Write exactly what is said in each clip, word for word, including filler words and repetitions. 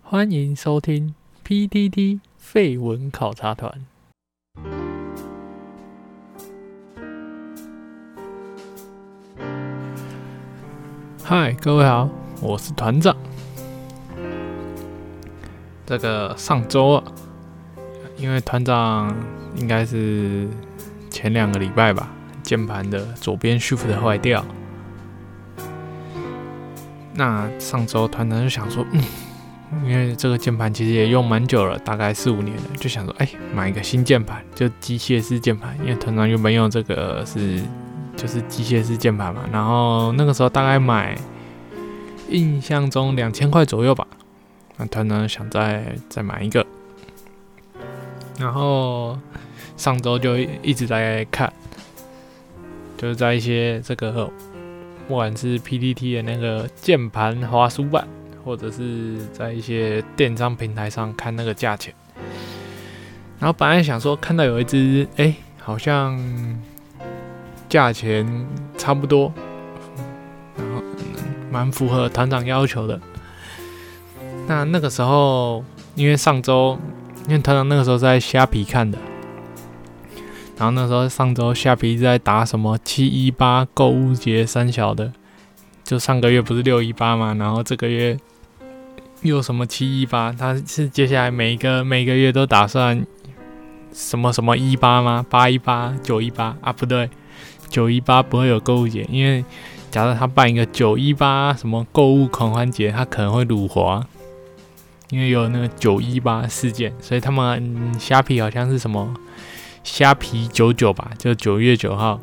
欢迎收听 P T T 废文考察团。嗨，各位好，我是团长。这个上周啊，因为团长应该是前两个礼拜吧，键盘的左边 Shift 坏掉。那上周团长就想说，嗯，因为这个键盘其实也用蛮久了，大概四五年了，就想说，哎、欸，买一个新键盘，就机械式键盘。因为团长原本用这个是就是机械式键盘嘛，然后那个时候大概买，印象中两千块左右吧。那团长想再再买一个，然后上周就一直在看，就是在一些这个。不管是 P T T 的那个键盘滑鼠版，或者是在一些电商平台上看那个价钱，然后本来想说看到有一只，哎、欸，好像价钱差不多，然后蛮符合团长要求的。那那个时候，因为上周，因为团长那个时候在虾皮看的。然后那时候上周虾皮一直在打什么七一八购物节三小的，就上个月不是六一八嘛，然后这个月又什么七一八，它是接下来每一个每个月都打算什么什么一八吗？八一八、九一八啊，不对，九一八不会有购物节，因为假设他办一个九一八什么购物狂欢节，他可能会辱华，因为有那个九一八事件，所以他们虾皮好像是什么。虾皮九九吧，就九月九号。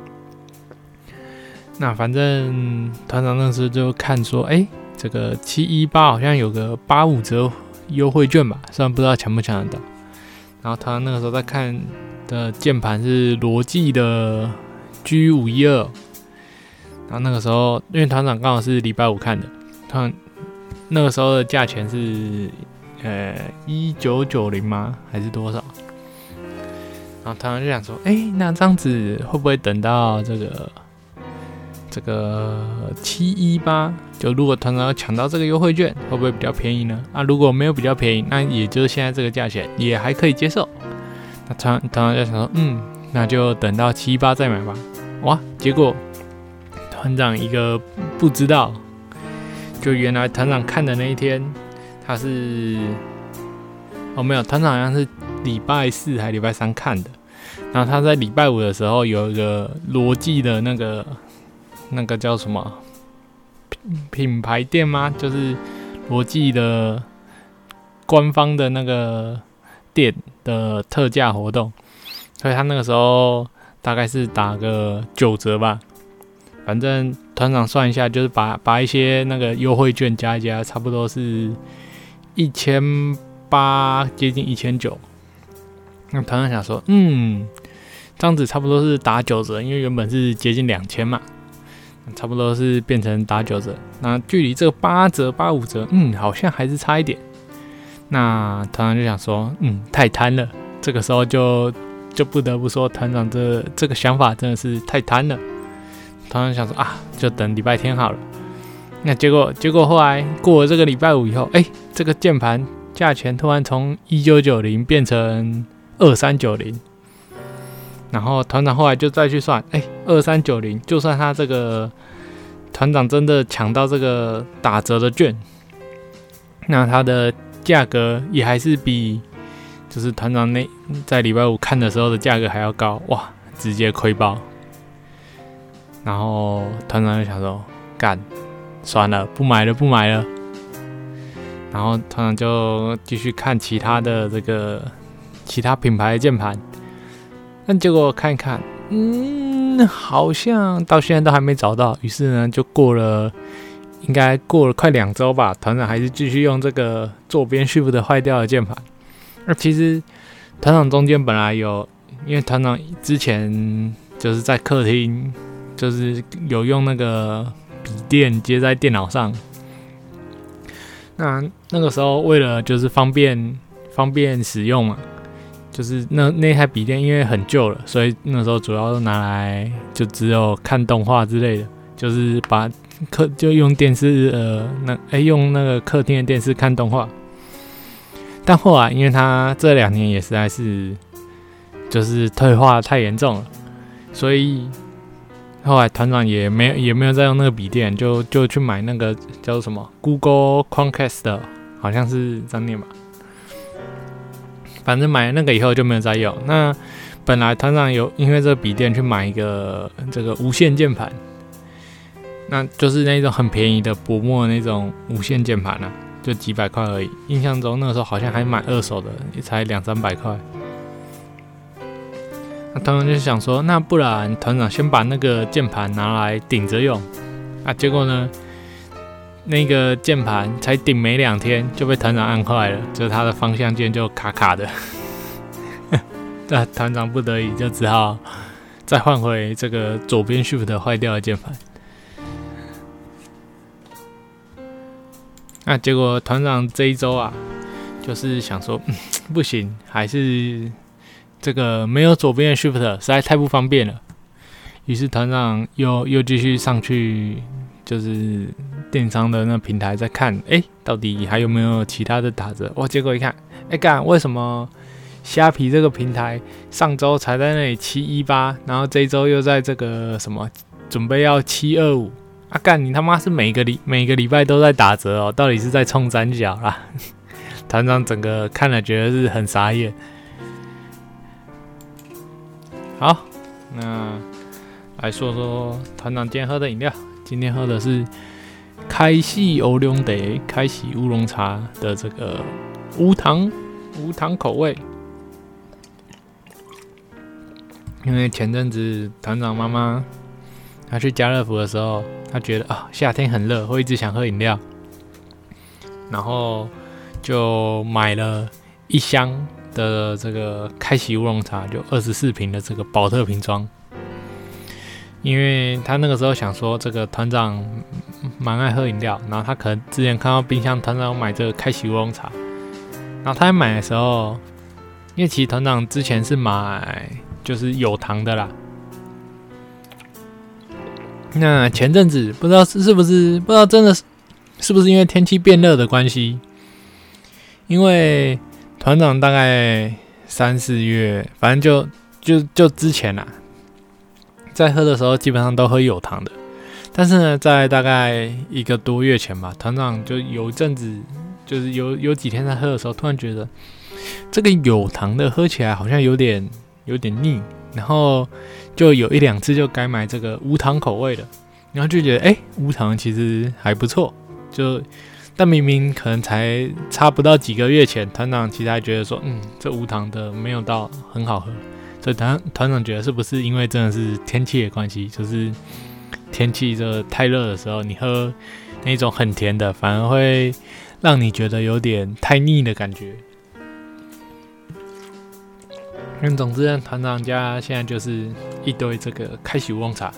那反正团长那时候就看说，哎、欸，这个七一八好像有个八五折优惠券吧，虽然不知道抢不抢得到。然后他那个时候在看的键盘是罗技的 G 五一二，然后那个时候因为团长刚好是礼拜五看的，他那个时候的价钱是呃一九九零吗？还是多少？然后团长就想说，哎、欸，那这样子会不会等到这个这个七一八？就如果团长要抢到这个优惠券，会不会比较便宜呢？啊，如果没有比较便宜，那也就是现在这个价钱也还可以接受。那团团长就想说，嗯，那就等到七一八再买吧。哇，结果团长一个不知道，就原来团长看的那一天，他是哦没有，团长好像是。礼拜四还礼拜三看的，然后他在礼拜五的时候有一个罗技的那个那个叫什么品牌店吗？就是罗技的官方的那个店的特价活动，所以他那个时候大概是打个九折吧。反正团长算一下，就是把把一些那个优惠券加一加，差不多是一千八，接近一千九。那团长想说，嗯，这样子差不多是打九折，因为原本是接近两千嘛，差不多是变成打九折。那距离这个八折、八五折，嗯，好像还是差一点。那团长就想说，嗯，太贪了。这个时候就就不得不说，团长这这个想法真的是太贪了。团长想说啊，就等礼拜天好了。那结果结果后来过了这个礼拜五以后，哎、欸，这个键盘价钱突然从一九九零变成二三九零，然后团长后来就再去算，哎、欸，二三九零，就算他这个团长真的抢到这个打折的券，那他的价格也还是比就是团长那在礼拜五看的时候的价格还要高，哇，直接亏爆。然后团长就想说，干，算了，不买了，不买了。然后团长就继续看其他的这个。其他品牌的键盘，但结果看一看，嗯，好像到现在都还没找到。于是呢，就过了，应该过了快两周吧。团长还是继续用这个左边 Shift 坏掉的键盘。那其实团长中间本来有，因为团长之前就是在客厅，就是有用那个笔电接在电脑上。那那个时候为了就是方便方便使用嘛。就是那那台笔电因为很旧了，所以那时候主要都拿来就只有看动画之类的，就是把客就用电视呃那哎、欸、用那个客厅的电视看动画， 但后来因为他这两年也实在是就是退化太严重了，所以后来团长也没有也没有再用那个笔电，就就去买那个叫做什么 Google Chromecast 的，好像是这样念吧。反正买了那个以后就没有再用。那本来团长有因为这个笔电去买一个这个无线键盘，那就是那种很便宜的薄膜的那种无线键盘啊，就几百块而已。印象中那个时候好像还买二手的，也才两三百块。那团长就想说，那不然团长先把那个键盘拿来顶着用啊。结果呢，那个键盘才顶没两天就被团长按坏了，就是它的方向键就卡卡的。那团长不得已就只好再换回这个左边 Shift 坏掉的键盘。那结果团长这一周啊，就是想说，嗯，不行，还是这个没有左边的 Shift 实在太不方便了。于是团长又又继续上去，就是电商的那平台在看，哎、欸，到底还有没有其他的打折？哇，结果一看，哎、欸，干，为什么虾皮这个平台上周才在那里七一八，然后这一周又在这个什么准备要七二五？啊，干，你他妈是每个礼每个礼拜都在打折哦，到底是在冲三角啦？团长整个看了觉得是很傻眼。好，那来说说团长今天喝的饮料。今天喝的是开喜乌龙茶，开喜乌龙茶的这个无糖无糖口味。因为前阵子团长妈妈她去家乐福的时候，她觉得啊夏天很热，会一直想喝饮料，然后就买了一箱的这个开喜乌龙茶，就二十四瓶的这个宝特瓶装。因为他那个时候想说，这个团长蛮爱喝饮料，然后他可能之前看到冰箱团长有买这个开喜乌龙茶，然后他在买的时候，因为其实团长之前是买就是有糖的啦。那前阵子不知道是是不是不知道真的是是不是因为天气变热的关系，因为团长大概三四月，反正就就就之前啦。在喝的时候基本上都喝有糖的，但是呢，在大概一个多月前吧，团长就有一阵子，就是有有几天在喝的时候，突然觉得这个有糖的喝起来好像有点有点腻，然后就有一两次就该买这个无糖口味的，然后就觉得哎、欸，无糖其实还不错，就但明明可能才差不到几个月前，团长其实还觉得说，嗯，这无糖的没有到很好喝。所以团团长觉得是不是因为真的是天气的关系，就是天气这太热的时候，你喝那种很甜的，反而会让你觉得有点太腻的感觉。那总之呢，团长家现在就是一堆这个开喜乌龙茶。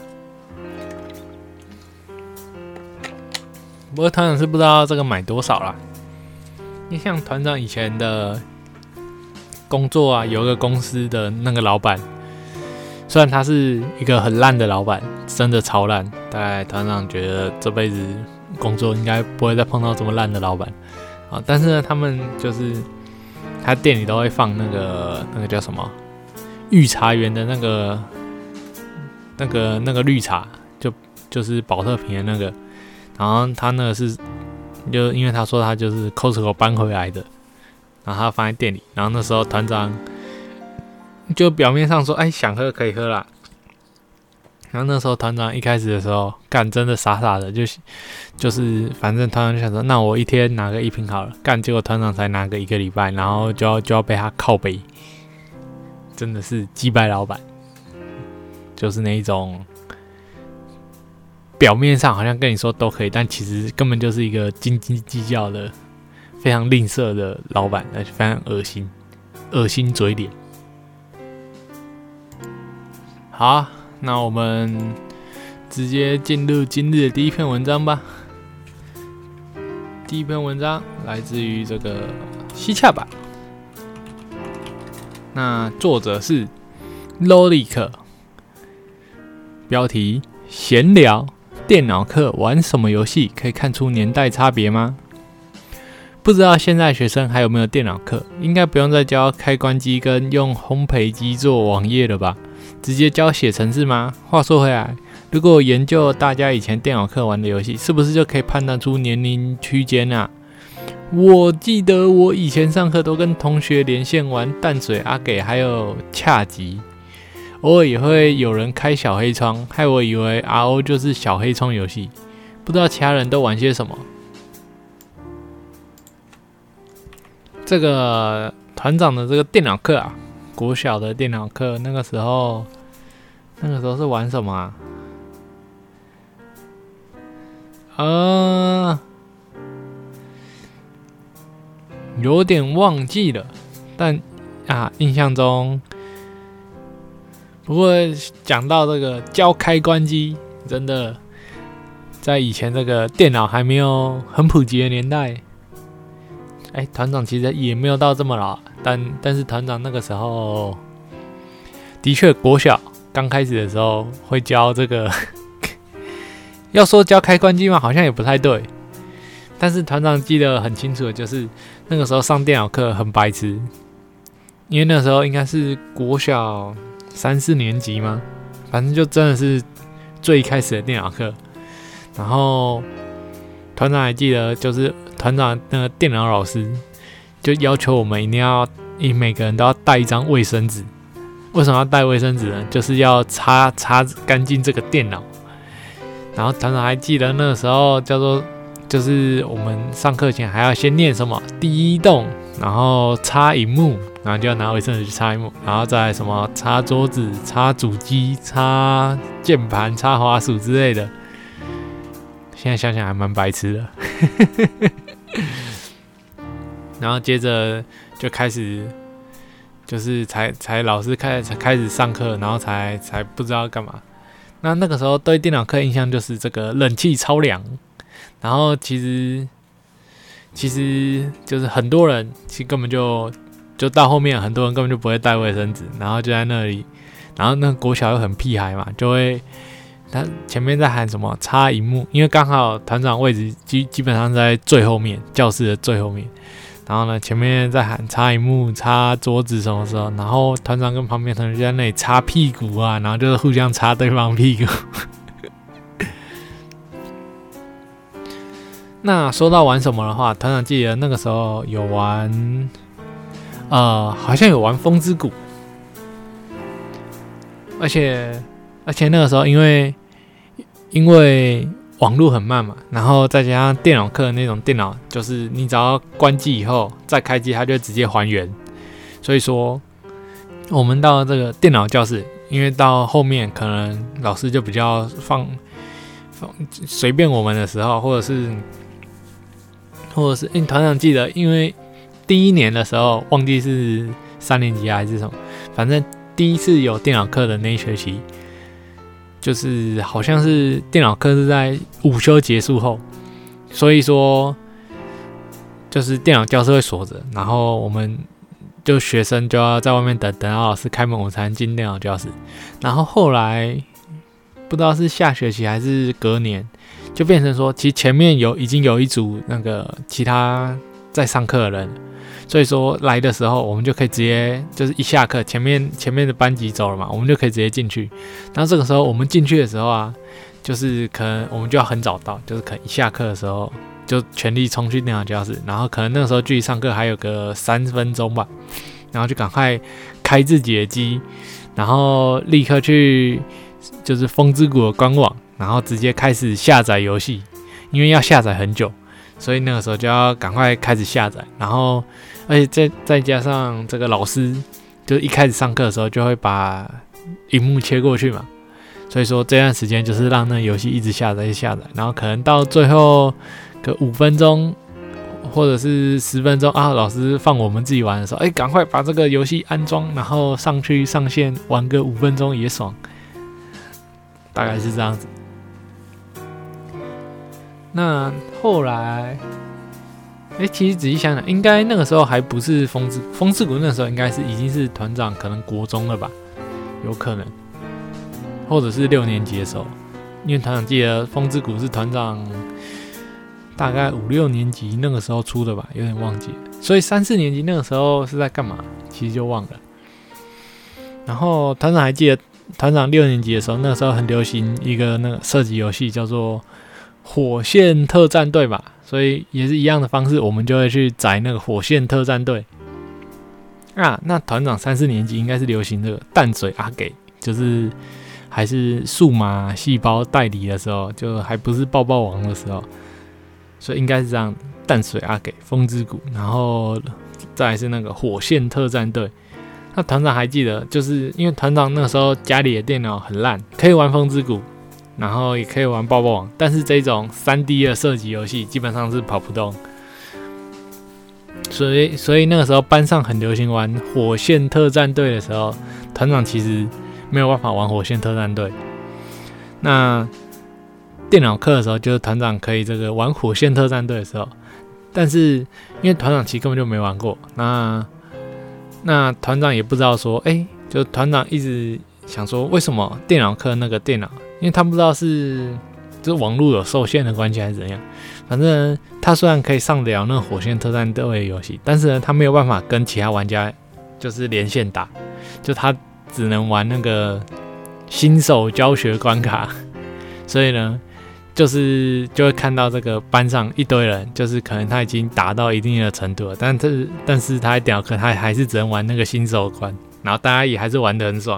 不过团长是不知道这个买多少啦，因为像团长以前的工作啊，有一个公司的那个老板，虽然他是一个很烂的老板，真的超烂，大概团长觉得这辈子工作应该不会再碰到这么烂的老板啊。但是呢，他们就是他店里都会放那个那个叫什么御茶园的那个那个那个绿茶，就就是宝特瓶的那个，然后他那个是就因为他说他就是 Costco 搬回来的。然后他放在店里，然后那时候团长就表面上说：“哎，想喝可以喝啦。”然后那时候团长一开始的时候，干真的傻傻的，就是就是反正团长就想说：“那我一天拿个一瓶好了。”干结果团长才拿个一个礼拜，然后就要就要被他靠背，真的是击败老板，就是那一种表面上好像跟你说都可以，但其实根本就是一个斤斤计较的。非常吝啬的老板，而且非常恶心，恶心嘴脸。好，那我们直接进入今日的第一篇文章吧。第一篇文章来自于这个西洽吧，那作者是 Lolik， 标题：闲聊，电脑课玩什么游戏可以看出年代差别吗？ 不知道现在学生还有没有电脑课？应该不用再教开关机跟用烘焙机做网页了吧？直接教写程式吗？话说回来，如果研究大家以前电脑课玩的游戏，是不是就可以判断出年龄区间啊？我记得我以前上课都跟同学连线玩淡水阿给，还有恰吉，偶尔也会有人开小黑窗，害我以为 R O 就是小黑窗游戏，不知道其他人都玩些什么。这个团长的这个电脑课啊，国小的电脑课，那个时候，那个时候是玩什么啊？呃，有点忘记了，但啊，印象中，不过讲到这个教开关机，真的，在以前这个电脑还没有很普及的年代。哎，团长其实也没有到这么老，但但是团长那个时候的确国小刚开始的时候会教这个，要说教开关机嘛，好像也不太对。但是团长记得很清楚的就是那个时候上电脑课很白痴，因为那个时候应该是国小三四年级嘛，反正就真的是最开始的电脑课，然后团长还记得就是团长那个电脑老师就要求我们一定要，每个人都要带一张卫生纸。为什么要带卫生纸呢？就是要擦擦干净这个电脑。然后团长还记得那个时候叫做，就是我们上课前还要先念什么第一栋，然后擦萤幕，然后就要拿卫生纸去擦萤幕，然后再来什么擦桌子、擦主机、擦键盘、擦滑鼠之类的。现在想想还蛮白痴的。然后接着就开始，就是才才老师开才开始上课，然后才才不知道干嘛。那那个时候对电脑课印象就是这个冷气超凉，然后其实其实就是很多人其实根本就就到后面很多人根本就不会带卫生纸，然后就在那里，然后那个国小又很屁孩嘛，就会。他前面在喊什么擦萤幕，因为刚好团长位置基基本上在最后面，教室的最后面。然后呢，前面在喊擦萤幕、擦桌子什么时候，然后团长跟旁边同学就在那里擦屁股啊，然后就是互相擦对方屁股。那说到玩什么的话，团长记得那个时候有玩，呃，好像有玩风之谷，而且而且那个时候因为。因为网络很慢嘛，然后再加上电脑课那种电脑，就是你只要关机以后再开机，它就直接还原。所以说，我们到这个电脑教室，因为到后面可能老师就比较放放随便我们的时候，或者是或者是，因为团长记得，因为第一年的时候忘记是三年级还是什么，反正第一次有电脑课的那一学期。就是好像是电脑课是在午休结束后，所以说就是电脑教室会锁着，然后我们就学生就要在外面等，等到老师开门我们才能进电脑教室。然后后来不知道是下学期还是隔年，就变成说其实前面有已经有一组那个其他在上课的人。所以说来的时候，我们就可以直接就是一下课，前面前面的班级走了嘛，我们就可以直接进去。然后这个时候我们进去的时候啊，就是可能我们就要很早到，就是可能一下课的时候就全力冲去电脑教室，然后可能那个时候距离上课还有个三分钟吧，然后就赶快开自己的机，然后立刻去就是风之谷的官网，然后直接开始下载游戏，因为要下载很久。所以那个时候就要赶快开始下载，然后而且再再加上这个老师，就一开始上课的时候就会把萤幕切过去嘛，所以说这段时间就是让那个游戏一直下载一直下载，然后可能到最后个五分钟或者是十分钟啊，老师放我们自己玩的时候，哎，赶快把这个游戏安装，然后上去上线玩个五分钟也爽，大概是这样子。那后来，哎，其实仔细想想，应该那个时候还不是风之风之谷，那时候应该是已经是团长，可能国中了吧，有可能，或者是六年级的时候，因为团长记得风之谷是团长大概五六年级那个时候出的吧，有点忘记了。所以三四年级那个时候是在干嘛？其实就忘了。然后团长还记得，团长六年级的时候，那个时候很流行一个那个射击游戏，叫做《火线特战队》吧。所以也是一样的方式，我们就会去载那个火线特战队。啊，那团长三四年级应该是流行这个淡水阿给，就是还是数码细胞代理的时候，就还不是爆爆王的时候，所以应该是这样。淡水阿给、风之谷，然后再来是那个火线特战队。那团长还记得，就是因为团长那个时候家里的电脑很烂，可以玩风之谷，然后也可以玩爆爆王，但是这种 三 D 的射击游戏基本上是跑不动。所以，所以那个时候班上很流行玩火线特战队的时候，团长其实没有办法玩火线特战队。那电脑课的时候，就是团长可以这个玩火线特战队的时候，但是因为团长其实根本就没玩过，那那团长也不知道说，哎、欸，就团长一直想说，为什么电脑课那个电脑，因为他不知道是就是网络有受限的关系还是怎样，反正他虽然可以上得了那个火线特战队的游戏，但是呢，他没有办法跟其他玩家就是连线打，就他只能玩那个新手教学关卡，所以呢。就是就会看到这个班上一堆人，就是可能他已经达到一定的程度了，但是但是他在电脑课他还是只能玩那个新手关，然后大家也还是玩得很爽。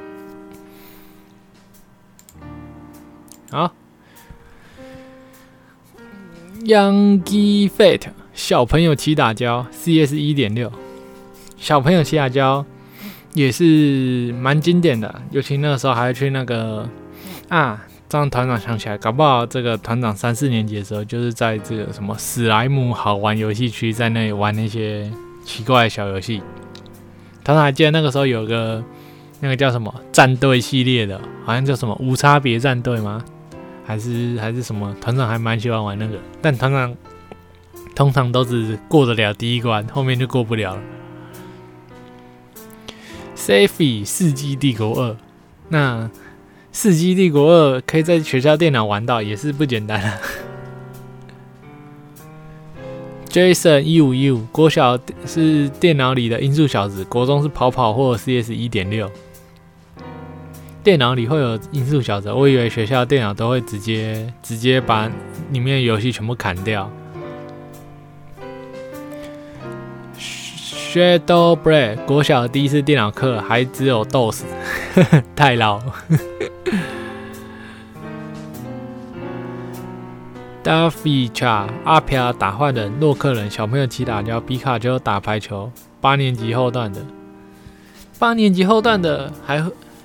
好 ，Youngie Fate 小朋友骑打胶 C S 一点六， 小朋友骑打胶也是蛮经典的，尤其那个时候还会去那个啊。这样团长想起来，搞不好这个团长三四年级的时候，就是在这个什么史莱姆好玩游戏区，在那里玩那些奇怪的小游戏。团长还记得那个时候有个那个叫什么战队系列的，好像叫什么无差别战队吗？还是还是什么？团长还蛮喜欢玩那个，但团长通常都只过得了第一关，后面就过不了了。Safety 世纪帝国二，那。世纪帝国二可以在学校电脑玩到，也是不简单啊。Jason 一五一五，国小是电脑里的音速小子，国中是跑跑或 C S 一点六。电脑里会有音速小子，我以为学校电脑都会直接直接把里面的游戏全部砍掉。Shadow Blade 国小的第一次电脑课还只有 D O S， 太老。Duffy Cha 阿飘打坏人，洛克人，小朋友骑打胶，皮卡丘打排球，八年级后段的，八年级后段的还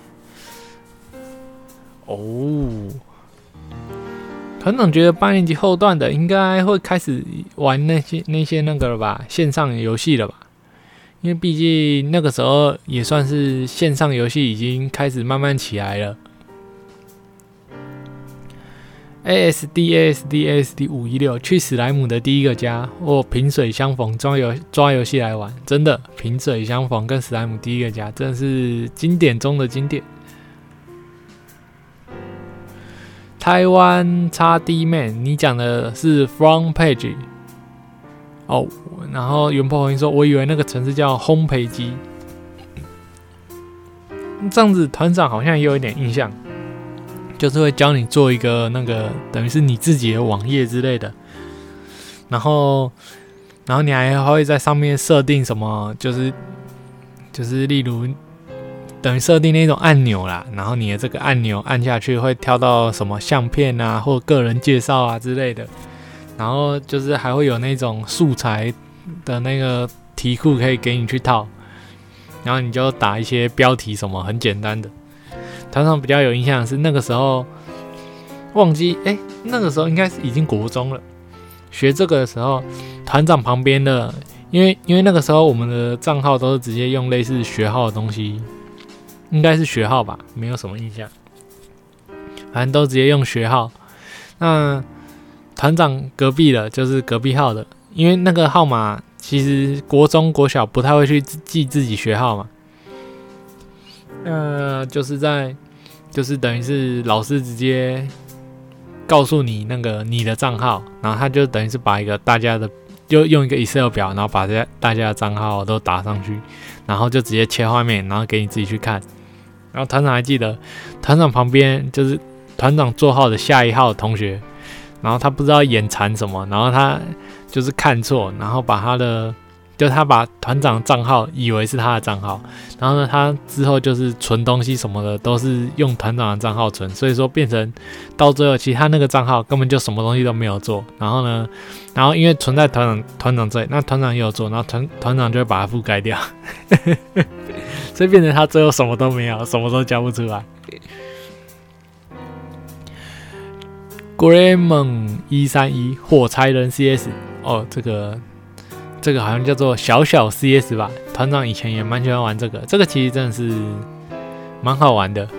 哦，团长觉得八年级后段的应该会开始玩那些那些那个了吧，线上游戏了吧？因为毕竟那个时候也算是线上游戏已经开始慢慢起来了。A S D A S D A S D 五一六去史莱姆的第一个家，或萍水相逢抓游抓游戏来玩，真的萍水相逢跟史莱姆第一个家真的是经典中的经典。台湾 X D Man， 你讲的是 Front Page 哦，然后袁破红说，我以为那个城市叫烘焙机，这样子团长好像也有一点印象。就是会教你做一个那个等于是你自己的网页之类的，然后，然后你还会在上面设定什么，就是就是例如等于设定那种按钮啦，然后你的这个按钮按下去会跳到什么相片啊或个人介绍啊之类的，然后就是还会有那种素材的那个题库可以给你去套，然后你就打一些标题什么很简单的。团长比较有印象的是那个时候忘记哎、欸，那个时候应该是已经国中了。学这个的时候，团长旁边的，因为因为那个时候我们的账号都是直接用类似学号的东西，应该是学号吧，没有什么印象。反正都直接用学号。那团长隔壁的就是隔壁号的，因为那个号码其实国中国小不太会去记自己学号嘛。呃，就是在，就是等于是老师直接告诉你那个你的账号，然后他就等于是把一个大家的，就用一个 Excel 表，然后把这大家的账号都打上去，然后就直接切画面，然后给你自己去看。然后团长还记得，团长旁边就是团长座号的下一号的同学，然后他不知道眼馋什么，然后他就是看错，然后把他的。就他把团长账号以为是他的账号，然后呢，他之后就是存东西什么的都是用团长的账号存，所以说变成到最后，其实他那个账号根本就什么东西都没有做。然后呢，然后因为存在团长团长这里，那团长也有做，然后团团长就会把它覆盖掉，所以变成他最后什么都没有，什么都交不出来。Greymon 一三一火柴人 C S 哦，这个。这个好像叫做小小 C S 吧，团长以前也蛮喜欢玩这个，这个其实真的是蛮好玩的，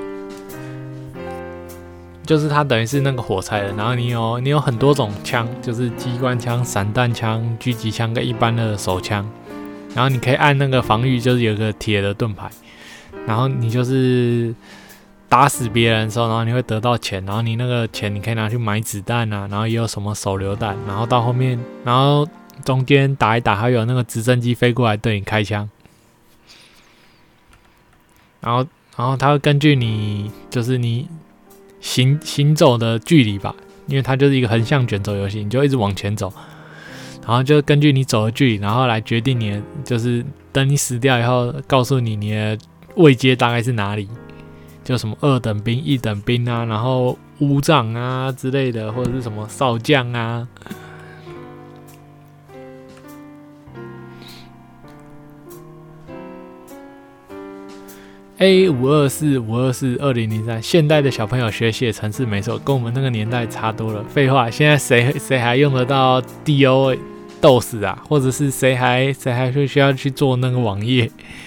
就是它等于是那个火柴人，然后你有你有很多种枪，就是机关枪、散弹枪、狙击枪跟一般的手枪，然后你可以按那个防御，就是有个铁的盾牌，然后你就是打死别人的时候，然后你会得到钱，然后你那个钱你可以拿去买子弹啊，然后也有什么手榴弹，然后到后面，然后。中间打一打，还有那个直升机飞过来对你开枪，然后，然后它会根据你就是你行行走的距离吧，因为它就是一个横向卷轴游戏，你就一直往前走，然后就根据你走的距离，然后来决定你的，就是等你死掉以后，告诉你你的位阶大概是哪里，就什么二等兵、一等兵啊，然后武长啊之类的，或者是什么少将啊。A 五二四 五二四 二零零三，现代的小朋友学写程式没错，跟我们那个年代差多了。废话，现在谁谁还用得到 D O DOS 啊？或者是谁还谁还会需要去做那个网页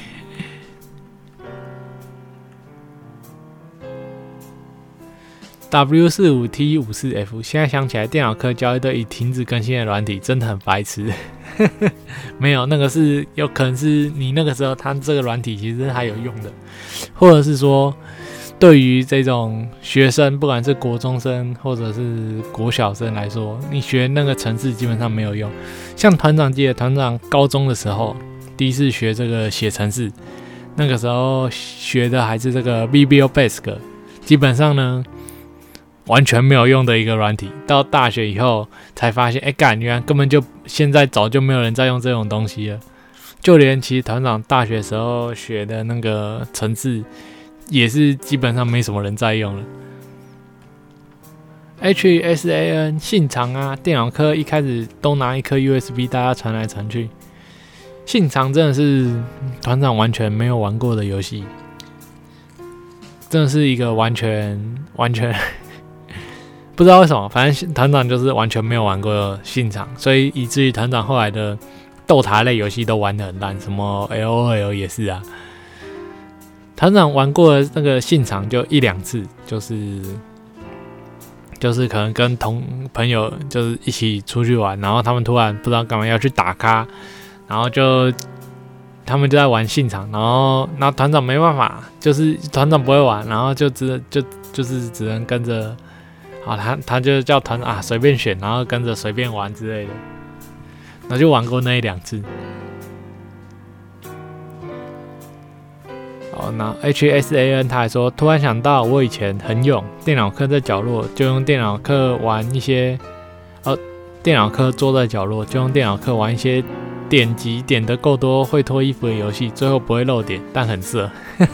？W 四五 T 五四 F， 现在想起来，电脑科教一堆已停止更新的软体，真的很白痴。没有，那个是有可能是你那个时候，它这个软体其实还有用的，或者是说，对于这种学生，不管是国中生或者是国小生来说，你学那个程式基本上没有用。像团长记得，团长高中的时候第一次学这个写程式，那个时候学的还是这个 Visual Basic， 基本上呢。完全没有用的一个软体，到大学以后才发现，哎干，原来根本就现在早就没有人在用这种东西了。就连其实团长大学时候学的那个程式，也是基本上没什么人在用了。H S A N 信长啊，电脑科一开始都拿一颗 U S B， 大家传来传去。信长真的是团长完全没有玩过的游戏，真的是一个完全完全。不知道为什么，反正团长就是完全没有玩过信长，所以以至于团长后来的斗塔类游戏都玩得很烂，什么 L O L 也是啊。团长玩过的那个信长就一两次，就是就是可能跟同朋友就是一起出去玩，然后他们突然不知道干嘛要去打咖，然后就他们就在玩信长，然后然后团长没办法，就是团长不会玩，然后就只就就是只能跟着。好，他他就叫团啊随便选，然后跟着随便玩之类的，然后就玩过那一两次。好，那 H S A N 他还说，突然想到我以前很勇，电脑课在角落就用电脑课玩一些，呃，电脑课坐在角落就用电脑课玩一些点击点得够多会脱衣服的游戏，最后不会漏点，但很色，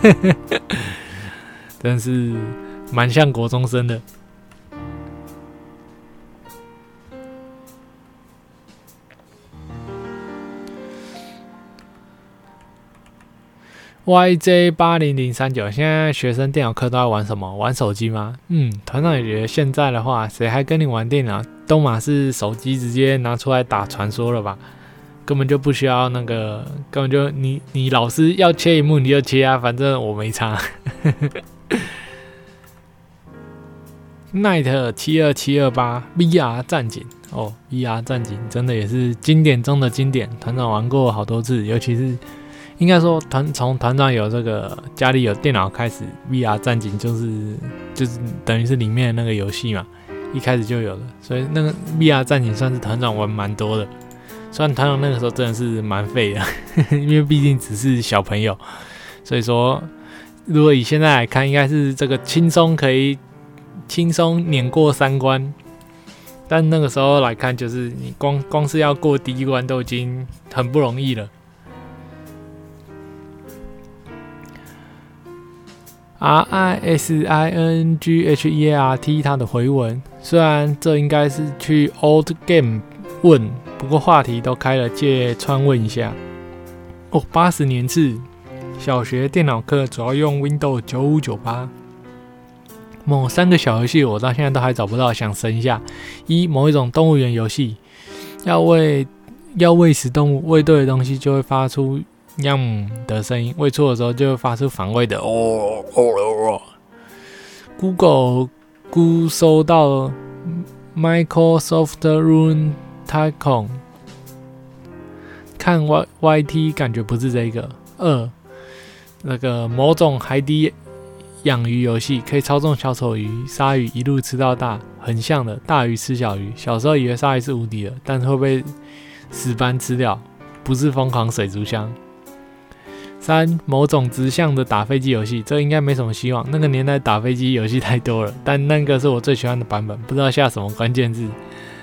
真是蛮像国中生的。Y J 八零零三九，现在学生电脑课都在玩什么？玩手机吗？嗯，团长也觉得现在的话，谁还跟你玩电脑？都嘛是手机直接拿出来打传说了吧？根本就不需要那个，根本就你你老师要切萤幕你就切啊，反正我没差。Night 七二七二八 V R 战警哦 ，V R 战警真的也是经典中的经典，团长玩过好多次，尤其是。应该说团从团长有这个家里有电脑开始 ，V R 战警就是就是等于是里面的那个游戏嘛， 一开始就有了，所以那个 V R 战警算是团长玩蛮多的。虽然团长那个时候真的是蛮废的，因为毕竟只是小朋友，所以说如果以现在来看，应该是这个轻松可以轻松碾过三关。但那个时候来看，就是你光光是要过第一关都已经很不容易了。R I S I N G H E A R T 它的回文，虽然这应该是去 Old Game 问，不过话题都开了，借穿问一下。哦，八十年次小学电脑课主要用 Windows 九五九八。某三个小游戏我到现在都还找不到，想神一下。一，某一种动物园游戏，要喂要喂食动物，喂对的东西就会发出 yum 的声音，喂错的时候就会发出反胃的哦哦哦。Google 估搜到 Microsoft Rune Tycoon， 看 Y Y T 感觉不是这个。二，那个某种海底养鱼游戏，可以操纵小丑鱼、鲨鱼一路吃到大，很像的，大鱼吃小鱼。小时候以为鲨鱼是无敌的，但是会被石斑吃掉，不是疯狂水族箱。三，某种直向的打飞机游戏，这应该没什么希望，那个年代打飞机游戏太多了，但那个是我最喜欢的版本，不知道下什么关键字。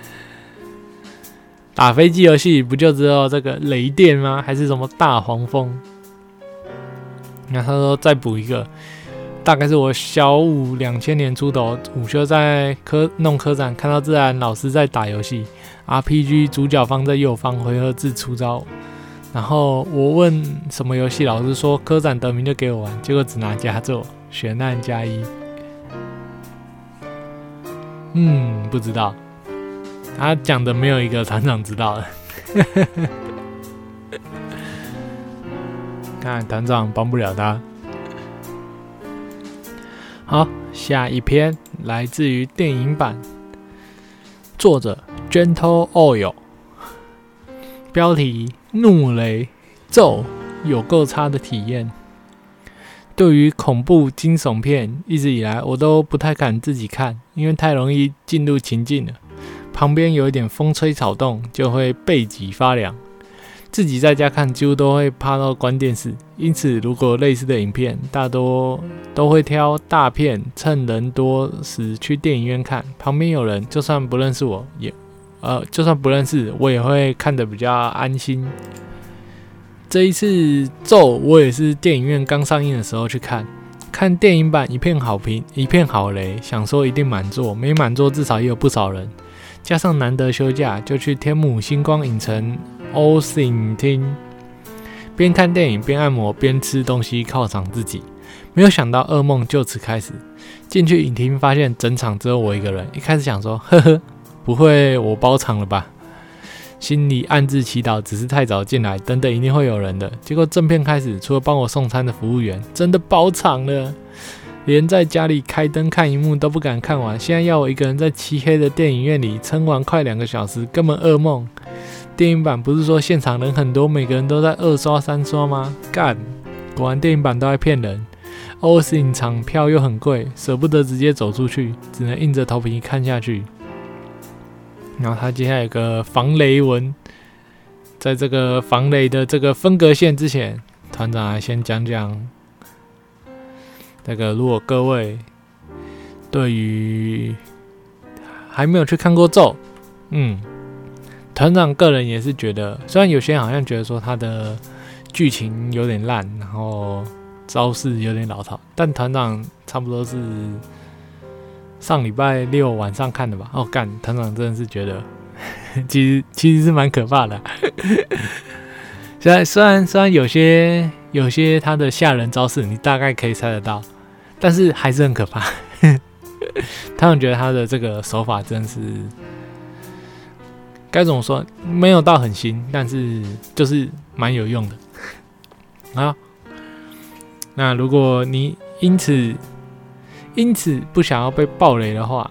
打飞机游戏不就只有这个雷电吗？还是什么大黄蜂？那他说再补一个。大概是我小五两千年出头，午休在科弄科展，看到自然老师在打游戏 R P G， 主角放在右方，回合制出招。然后我问什么游戏，老师说科展得名就给我玩，结果只拿佳作，悬案加一。嗯，不知道，他讲的没有一个团长知道的。看团长帮不了他。好，下一篇来自于电影版，作者 Gentle Oil， 标题怒雷咒有够差的体验。对于恐怖惊悚片，一直以来我都不太敢自己看，因为太容易进入情境了，旁边有一点风吹草动就会背脊发凉。自己在家看几乎都会怕到关电视，因此如果类似的影片，大多都会挑大片，趁人多时去电影院看，旁边有人，就算不认识我也，呃，就算不认识我也会看得比较安心。这一次咒我也是电影院刚上映的时候去看，看电影版一片好评，一片好雷，想说一定满座，没满座至少也有不少人，加上难得休假，就去天母星光影城欧影厅，边看电影边按摩边吃东西犒赏自己。没有想到噩梦就此开始。进去影厅发现整场只有我一个人，一开始想说呵呵，不会我包场了吧，心里暗自祈祷只是太早进来，等等一定会有人的。结果正片开始，除了帮我送餐的服务员真的包场了，连在家里开灯看萤幕都不敢看完，现在要我一个人在漆黑的电影院里撑完快两个小时，根本噩梦。电影版不是说现场人很多，每个人都在二刷三刷吗？干，果然电影版都在骗人。O S 影场票又很贵，舍不得直接走出去，只能硬着头皮看下去。然后他接下来有个防雷文，在这个防雷的这个分隔线之前，团长来先讲讲这个，如果各位对于还没有去看过咒，嗯。团长个人也是觉得，虽然有些人好像觉得说他的剧情有点烂，然后招式有点老套，但团长差不多是上礼拜六晚上看的吧。哦，干，团长真的是觉得，其实其实是蛮可怕的。虽然虽然虽然有些有些他的吓人招式你大概可以猜得到，但是还是很可怕。团长觉得他的这个手法真的是。该怎么说？没有到很新，但是就是蛮有用的啊。那如果你因此因此不想要被爆雷的话，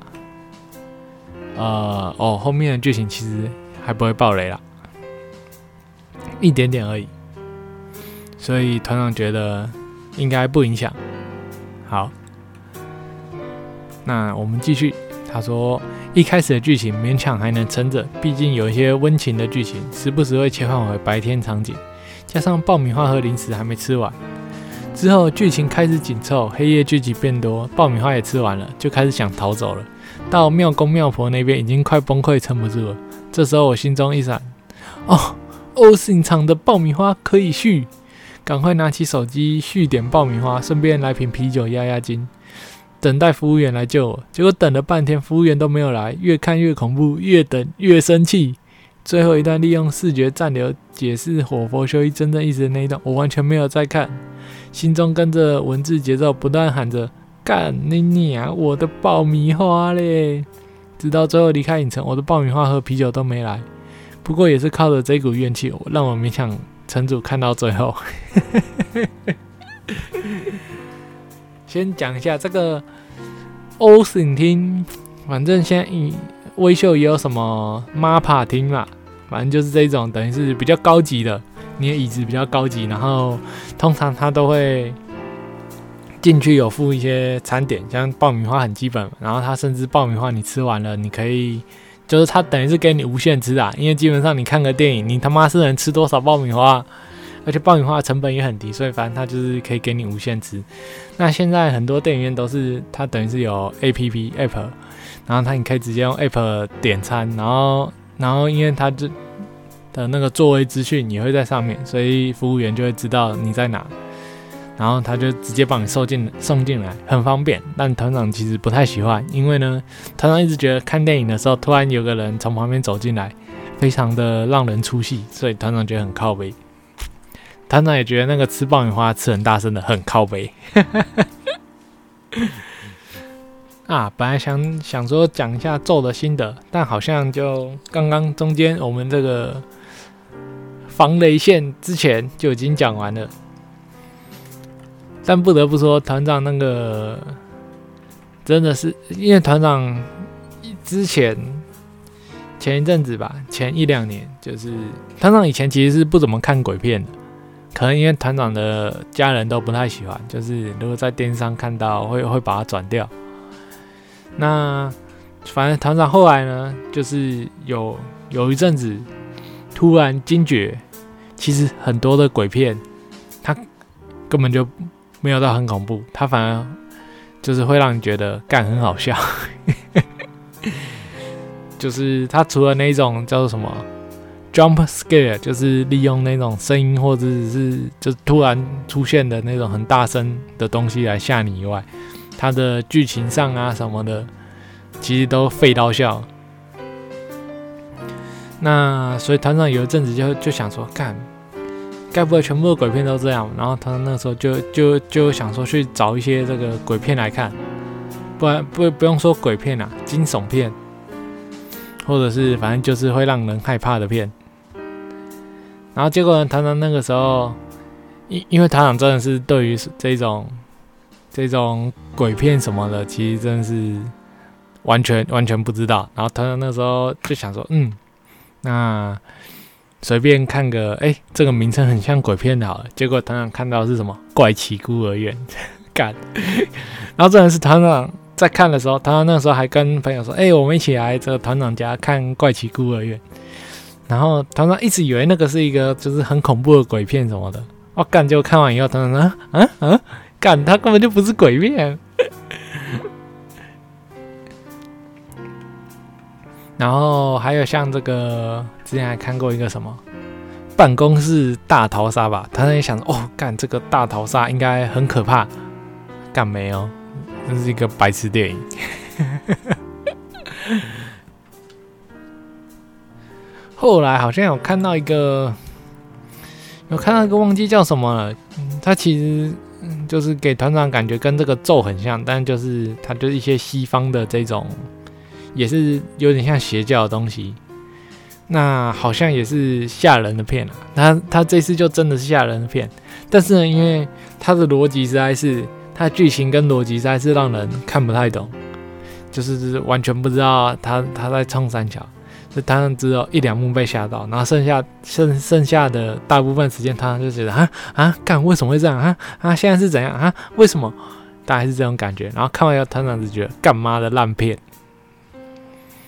呃哦，后面的剧情其实还不会爆雷啦，一点点而已。所以团长觉得应该不影响。好，那我们继续。他说， 一开始的剧情勉强还能撑着，毕竟有一些温情的剧情，时不时会切换回白天场景，加上爆米花和零食还没吃完。之后剧情开始紧凑，黑夜剧情变多，爆米花也吃完了，就开始想逃走了。到庙公庙婆那边已经快崩溃撑不住了，这时候我心中一闪，哦，欧信厂的爆米花可以续，赶快拿起手机续点爆米花，顺便来瓶啤酒压压惊。等待服务员来救我，结果等了半天，服务员都没有来，越看越恐怖，越等越生气。最后一段利用视觉暂留解释火佛修一真正意思的那一段，我完全没有在看，心中跟着文字节奏不断喊着干你娘，我的爆米花嘞！直到最后离开影城，我的爆米花和啤酒都没来。不过也是靠着这股怨气，让我勉强撑住看到最后。先讲一下这个欧省厅，反正现在威秀也有什么 M A P A 厅啦，反正就是这种等于是比较高级的，你的椅子比较高级，然后通常它都会进去有附一些餐点，像爆米花很基本，然后它甚至爆米花你吃完了，你可以就是它等于是给你无限吃啊，因为基本上你看个电影，你他妈是能吃多少爆米花？而且爆米花的成本也很低，所以反正它就是可以给你无限吃。那现在很多电影院都是它等于是有 A P P App， 然后它你可以直接用 App 点餐，然后然后因为它的那个座位资讯也会在上面，所以服务员就会知道你在哪，然后他就直接帮你送进送进来，很方便。但团长其实不太喜欢，因为呢，团长一直觉得看电影的时候突然有个人从旁边走进来，非常的让人出戏，所以团长觉得很靠北。团长也觉得那个吃爆米花吃很大声的很靠北。啊，本来想想说讲一下咒的心得，但好像就刚刚中间我们这个防雷线之前就已经讲完了。但不得不说，团长那个真的是，因为团长之前前一阵子吧，前一两年，就是团长以前其实是不怎么看鬼片的。可能因为团长的家人都不太喜欢，就是如果在电视上看到会会把它转掉。那反正团长后来呢，就是有有一阵子突然惊觉，其实很多的鬼片，它根本就没有到很恐怖，它反而就是会让你觉得干很好笑。就是它除了那种叫做什么jump scare， 就是利用那种声音或者是就突然出现的那种很大声的东西来吓你以外，它的剧情上啊什么的，其实都废到笑。那所以团长有一阵子就就想说，干，该不会全部的鬼片都这样？然后他那时候就就就想说去找一些这个鬼片来看，不然不不用说鬼片啊，惊悚片，或者是反正就是会让人害怕的片。然后结果呢，团长那个时候，因因为团长真的是对于这种这种鬼片什么的，其实真的是完全完全不知道。然后团长那时候就想说，嗯，那随便看个，哎、欸，这个名称很像鬼片的好了。结果团长看到的是什么怪奇孤儿院，干。然后真的是团长在看的时候，团长那时候还跟朋友说，哎、欸，我们一起来这个团长家看怪奇孤儿院。然后团长一直以为那个是一个就是很恐怖的鬼片什么的，我干，结果看完以后，团长说，啊啊，干，他根本就不是鬼片。然后还有像这个，之前还看过一个什么办公室大逃杀吧，团长也想说，哦，干，这个大逃杀应该很可怕，干没有，这是一个白痴电影。后来好像有看到一个，有看到一个忘记叫什么了。嗯，它其实就是给团长感觉跟这个咒很像，但就是它就是一些西方的这种，也是有点像邪教的东西。那好像也是吓人的片啊。它它这次就真的是吓人的片，但是呢，因为它的逻辑实在是，它的剧情跟逻辑实在是让人看不太懂，就是完全不知道他他在冲三小。就他只有一两幕被吓到，然后剩下剩剩下的大部分时间，他就觉得啊啊，干为什么会这样啊啊？现在是怎样啊？为什么？大概是这种感觉。然后看完以后，团长只觉得干妈的烂片。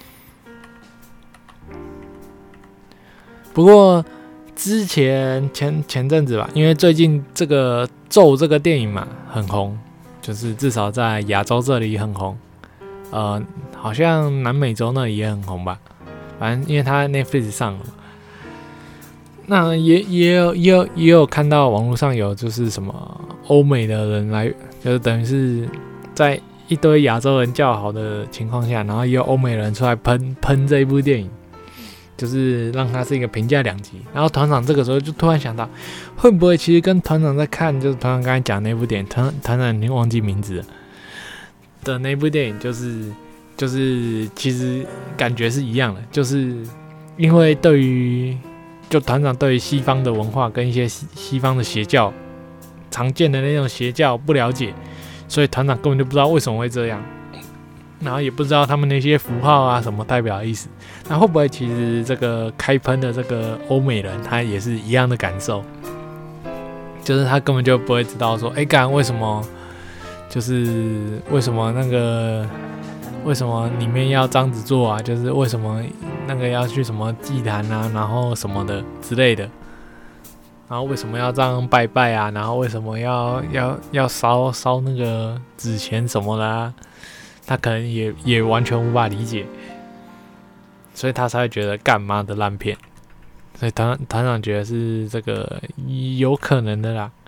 不过之前前前阵子吧，因为最近这个咒这个电影嘛很红，就是至少在亚洲这里很红，呃，好像南美洲那里也很红吧。反正因为它 Netflix 上了，那也也有也有也有看到网络上有就是什么欧美的人来，就是等于是在一堆亚洲人叫好的情况下，然后也有欧美人出来喷喷这一部电影，就是让它是一个评价两极。然后团长这个时候就突然想到，会不会其实跟团长在看，就是团长刚才讲那部电影，团团长已经忘记名字了的那部电影，就是就是其实感觉是一样的，就是因为对于就团长对于西方的文化跟一些西西方的邪教常见的那种邪教不了解。所以团长根本就不知道为什么会这样，然后也不知道他们那些符号啊什么代表的意思。那会不会其实这个开喷的这个欧美人他也是一样的感受，就是他根本就不会知道说，哎干为什么就是为什么那个为什么里面要这样子做啊？就是为什么那个要去什么祭坛啊，然后什么的之类的。然后为什么要这样拜拜啊？然后为什么要要要烧烧那个纸钱什么的啊？他可能也也完全无法理解，所以他才会觉得干嘛的烂片。所以团团长觉得是这个有可能的啦。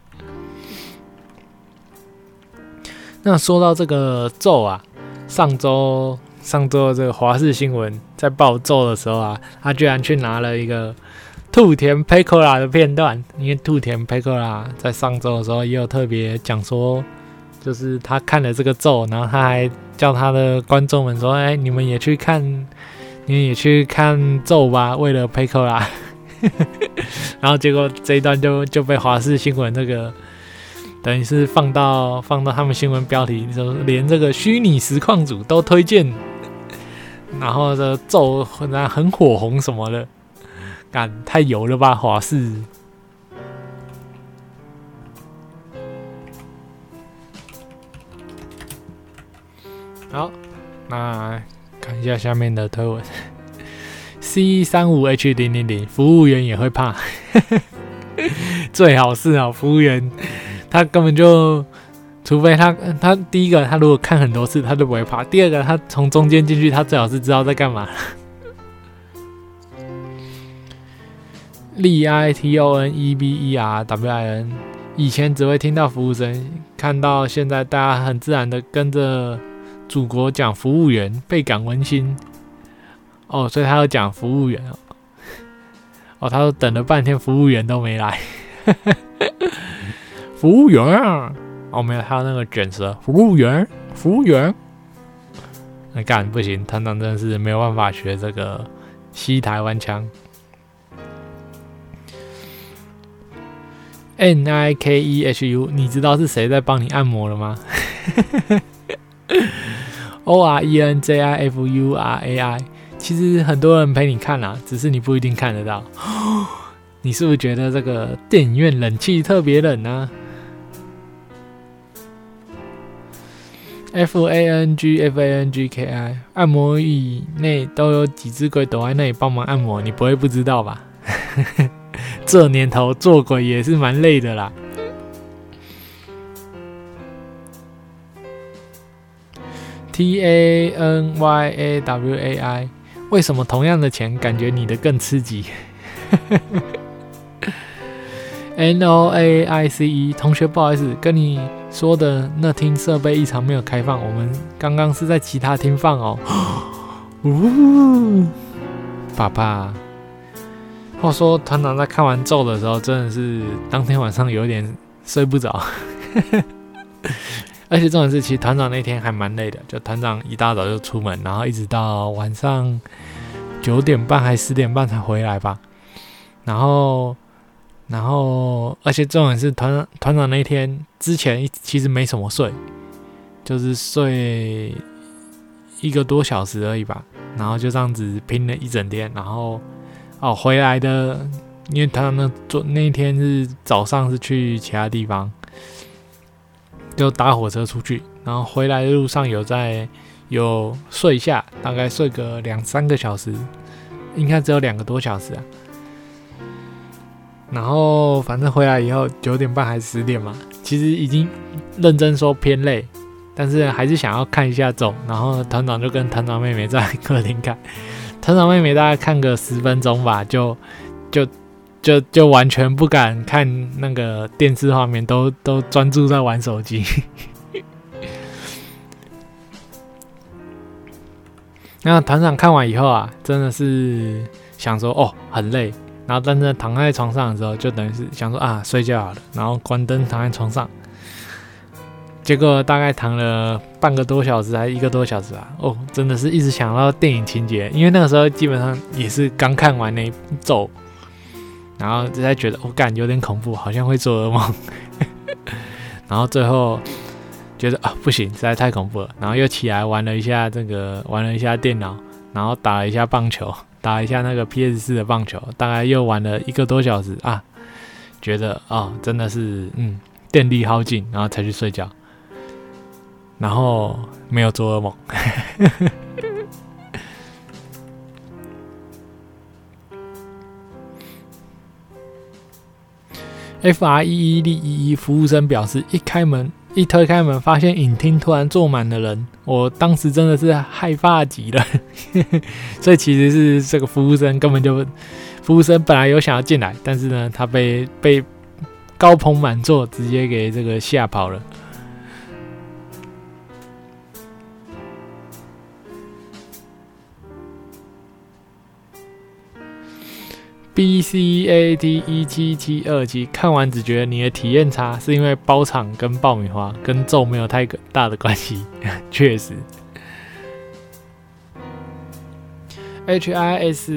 那说到这个咒啊，上周上周这个华视新闻在报咒的时候啊，他居然去拿了一个兔田佩克拉的片段，因为兔田佩克拉在上周的时候也有特别讲说，就是他看了这个咒，然后他还叫他的观众们说：“哎、欸，你们也去看，你们也去看咒吧，为了佩克拉。”然后结果这一段就就被华视新闻这个等于是放到放到他们新闻标题，就连这个虚拟实况组都推荐，然后这咒很火红什么的。干太油了吧，华视！好，那看一下下面的推文 ：C 三五 H 零零零，服务员也会怕，最好是啊，服务员他根本就，除非他他第一个他如果看很多次他就不会怕，第二个他从中间进去，他最好是知道在干嘛。L I T O N E B E R W I N， 以前只会听到服务生，看到现在大家很自然的跟着祖国讲服务员，倍感温馨。哦，所以他要讲服务员哦。哦，他说等了半天，服务员都没来。服务员啊，哦没有，还有那个卷舌，服务员，服务员。那干不行，团长真的是没有办法学这个西台湾腔。N I K E H U， 你知道是谁在帮你按摩了吗？O R E N J I F U R A I， 其实很多人陪你看啦，只是你不一定看得到。你是不是觉得这个电影院冷气特别冷啊 ？F A N G F A N G K I， 按摩椅内都有几只鬼躲在那里帮忙按摩，你不会不知道吧？这年头做鬼也是蛮累的啦。T A N Y A W A I， 为什么同样的钱感觉你的更刺激？N O A I C E， 同学不好意思，跟你说的那厅设备异常没有开放，我们刚刚是在其他厅放哦。呜，爸爸。话说团长在看完咒的时候，真的是当天晚上有点睡不着，而且重点是，其实团长那天还蛮累的，就团长一大早就出门，然后一直到晚上九点半还十点半才回来吧。然后，然后，而且重点是团团长那天之前其实没什么睡，就是睡一个多小时而已吧，然后就这样子拼了一整天，然后。哦，回来的，因为他那昨那一天是早上是去其他地方，就搭火车出去，然后回来的路上有在有睡下，大概睡个两三个小时，应该只有两个多小时啊。 然后反正回来以后九点半还是十点嘛，其实已经认真说偏累，但是还是想要看一下咒。然后团长就跟团长妹妹在客厅看，团长妹妹大概看个十分钟吧，就就就就完全不敢看那个电视画面，都都专注在玩手机。那团长看完以后啊，真的是想说哦很累。然后但是躺在床上的时候，就等于是想说啊睡觉好了，然后关灯躺在床上，结果大概躺了半个多小时还是一个多小时啊，哦，真的是一直想到电影情节，因为那个时候基本上也是刚看完那一咒，然后就在觉得我干、哦、有点恐怖，好像会做噩梦，然后最后觉得啊不行，实在太恐怖了，然后又起来玩了一下这个玩了一下电脑，然后打了一下棒球。打一下那个 P S 四 的棒球，大概又玩了一个多小时啊，觉得哦真的是嗯电力耗尽，然后才去睡觉，然后没有做噩梦。F R E E 一一服务生表示，一开门一推开门，发现影厅突然坐满了人，我当时真的是害怕极了。所以其实是这个服务生根本就，服务生本来有想要进来，但是呢，他被被高朋满座直接给这个吓跑了。B C A T 一七七二七 看完只觉得你的体验差，是因为包场跟爆米花跟咒没有太大的关系，确实。H I S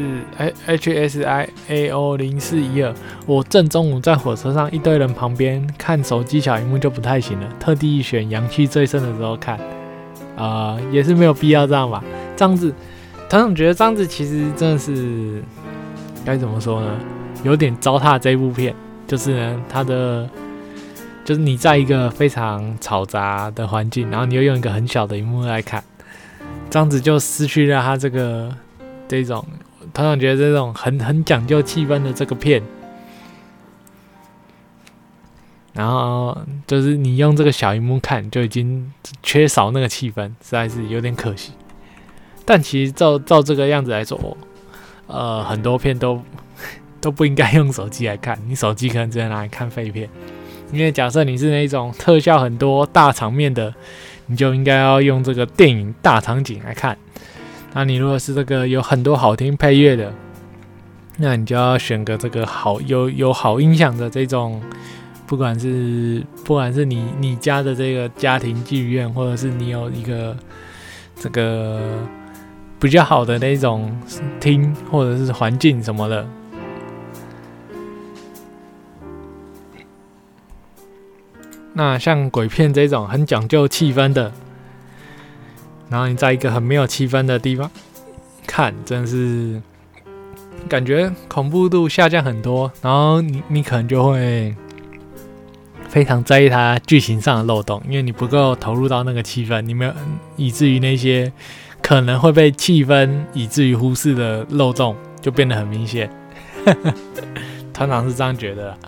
H S I A O 零四一二，我正中午在火车上一堆人旁边看手机小萤幕就不太行了，特地选阳气最盛的时候看，呃，也是没有必要这样吧。这样子，团长觉得这样子其实真的是。该怎么说呢？有点糟蹋这部片，就是呢，它的就是你在一个非常嘈杂的环境，然后你又用一个很小的萤幕来看，这样子就失去了它这个这种，通常觉得这种很很讲究气氛的这个片，然后就是你用这个小萤幕看，就已经缺少那个气氛，实在是有点可惜。但其实照照这个样子来说，呃，很多片都都不应该用手机来看，你手机可能只能拿来看废片。因为假设你是那种特效很多大场面的，你就应该要用这个电影大场景来看。那你如果是这个有很多好听配乐的，那你就要选个这个好有有好音响的这种，不管是不管是你你家的这个家庭剧院，或者是你有一个这个。比较好的那种厅或者是环境什么的，那像鬼片这种很讲究气氛的，然后你在一个很没有气氛的地方看，真的是感觉恐怖度下降很多，然后你你可能就会非常在意它剧情上的漏洞，因为你不够投入到那个气氛，你没有以至于那些。可能会被气氛以至于忽视的漏洞就变得很明显，团长是这样觉得啦。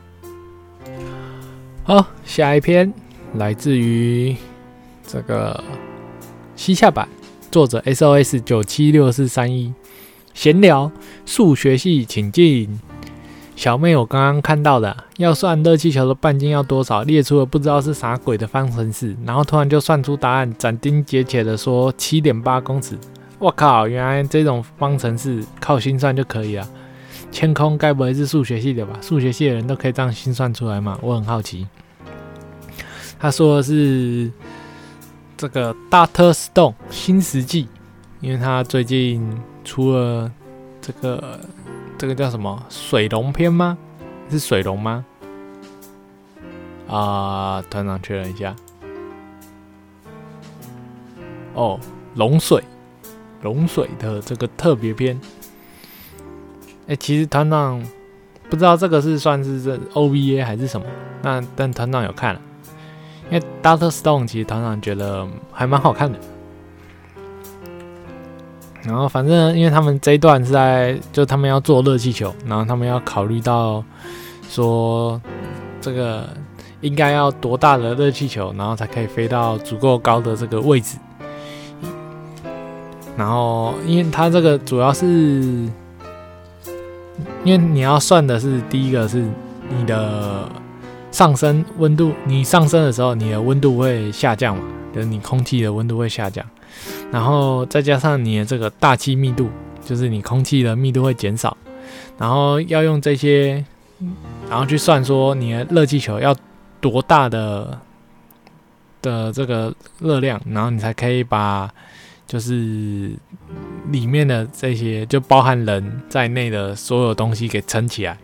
好，下一篇来自于这个西夏版，作者 S O S 九七六四三一，闲聊数学系请进。小妹，我刚刚看到的，要算热气球的半径要多少，列出了不知道是啥鬼的方程式，然后突然就算出答案，斩钉截铁的说 七点八 公尺。我靠，原来这种方程式靠心算就可以了。千空该不会是数学系的吧？数学系的人都可以这样心算出来吗？我很好奇。他说的是这个 Doctor Stone 新石纪，因为他最近出了这个。这个叫什么水龙篇吗？是水龙吗？啊、呃，团长确认一下。哦，龙水，龙水的这个特别篇。哎、欸，其实团长不知道这个是算是这 O V A 还是什么，那但团长有看了，因为 Doctor Stone 其实团长觉得还蛮好看的。 然后反正因为他们这一段是在就他们要做热气球，然后他们要考虑到说这个应该要多大的热气球，然后才可以飞到足够高的这个位置。然后因为它这个主要是因为你要算的是第一个是你的上升温度，你上升的时候你的温度会下降嘛，就是你空气的温度会下降，然后再加上你的这个大气密度，就是你空气的密度会减少，然后要用这些，然后去算说你的热气球要多大的的这个热量，然后你才可以把就是里面的这些就包含人在内的所有东西给撑起来。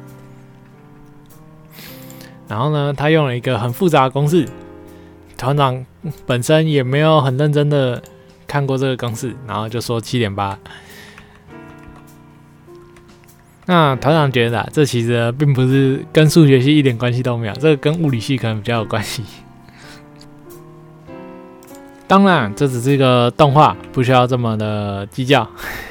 然后呢，他用了一个很复杂的公式，团长本身也没有很认真的看过这个公式，然后就说 七点八。 那团长觉得、啊、这其实并不是跟数学系一点关系都没有，这个跟物理系可能比较有关系。当然这只是一个动画，不需要这么的计较。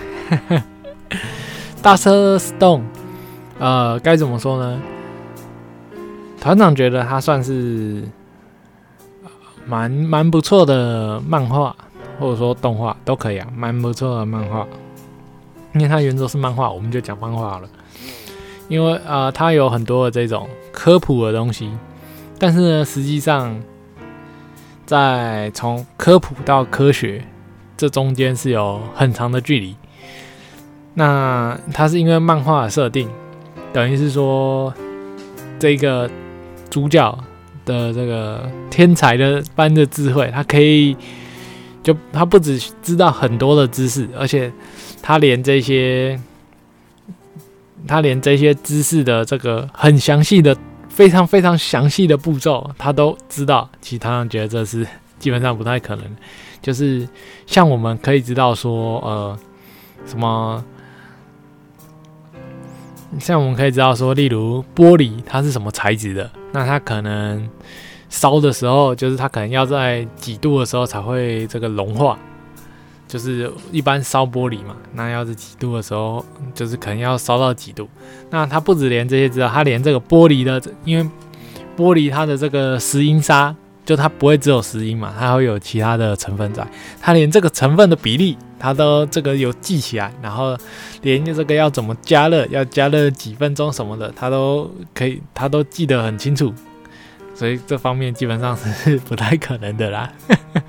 大车 Stone 呃该怎么说呢，团长觉得它算是蛮蛮不错的漫画，或者说动画都可以啊，蛮不错的漫画。因为它原作是漫画，我们就讲漫画好了。因为呃，它有很多的这种科普的东西，但是呢，实际上在从科普到科学这中间是有很长的距离。那它是因为漫画的设定，等于是说这个主角的这个天才的般的智慧，他可以就他不只知道很多的知识，而且他连这些他连这些知识的这个很详细的非常非常详细的步骤他都知道。其实他觉得这是基本上不太可能，就是像我们可以知道说呃什么像我们可以知道说例如玻璃它是什么材质的，那它可能烧的时候就是它可能要在几度的时候才会这个融化，就是一般烧玻璃嘛，那要是几度的时候就是可能要烧到几度。那它不止连这些知道，它连这个玻璃的，因为玻璃它的这个石英砂就它不会只有石英嘛，它会有其他的成分在，它连这个成分的比例它都这个有记起来，然后连这个要怎么加热，要加热几分钟什么的，它都可以，它都记得很清楚。所以这方面基本上是不太可能的啦。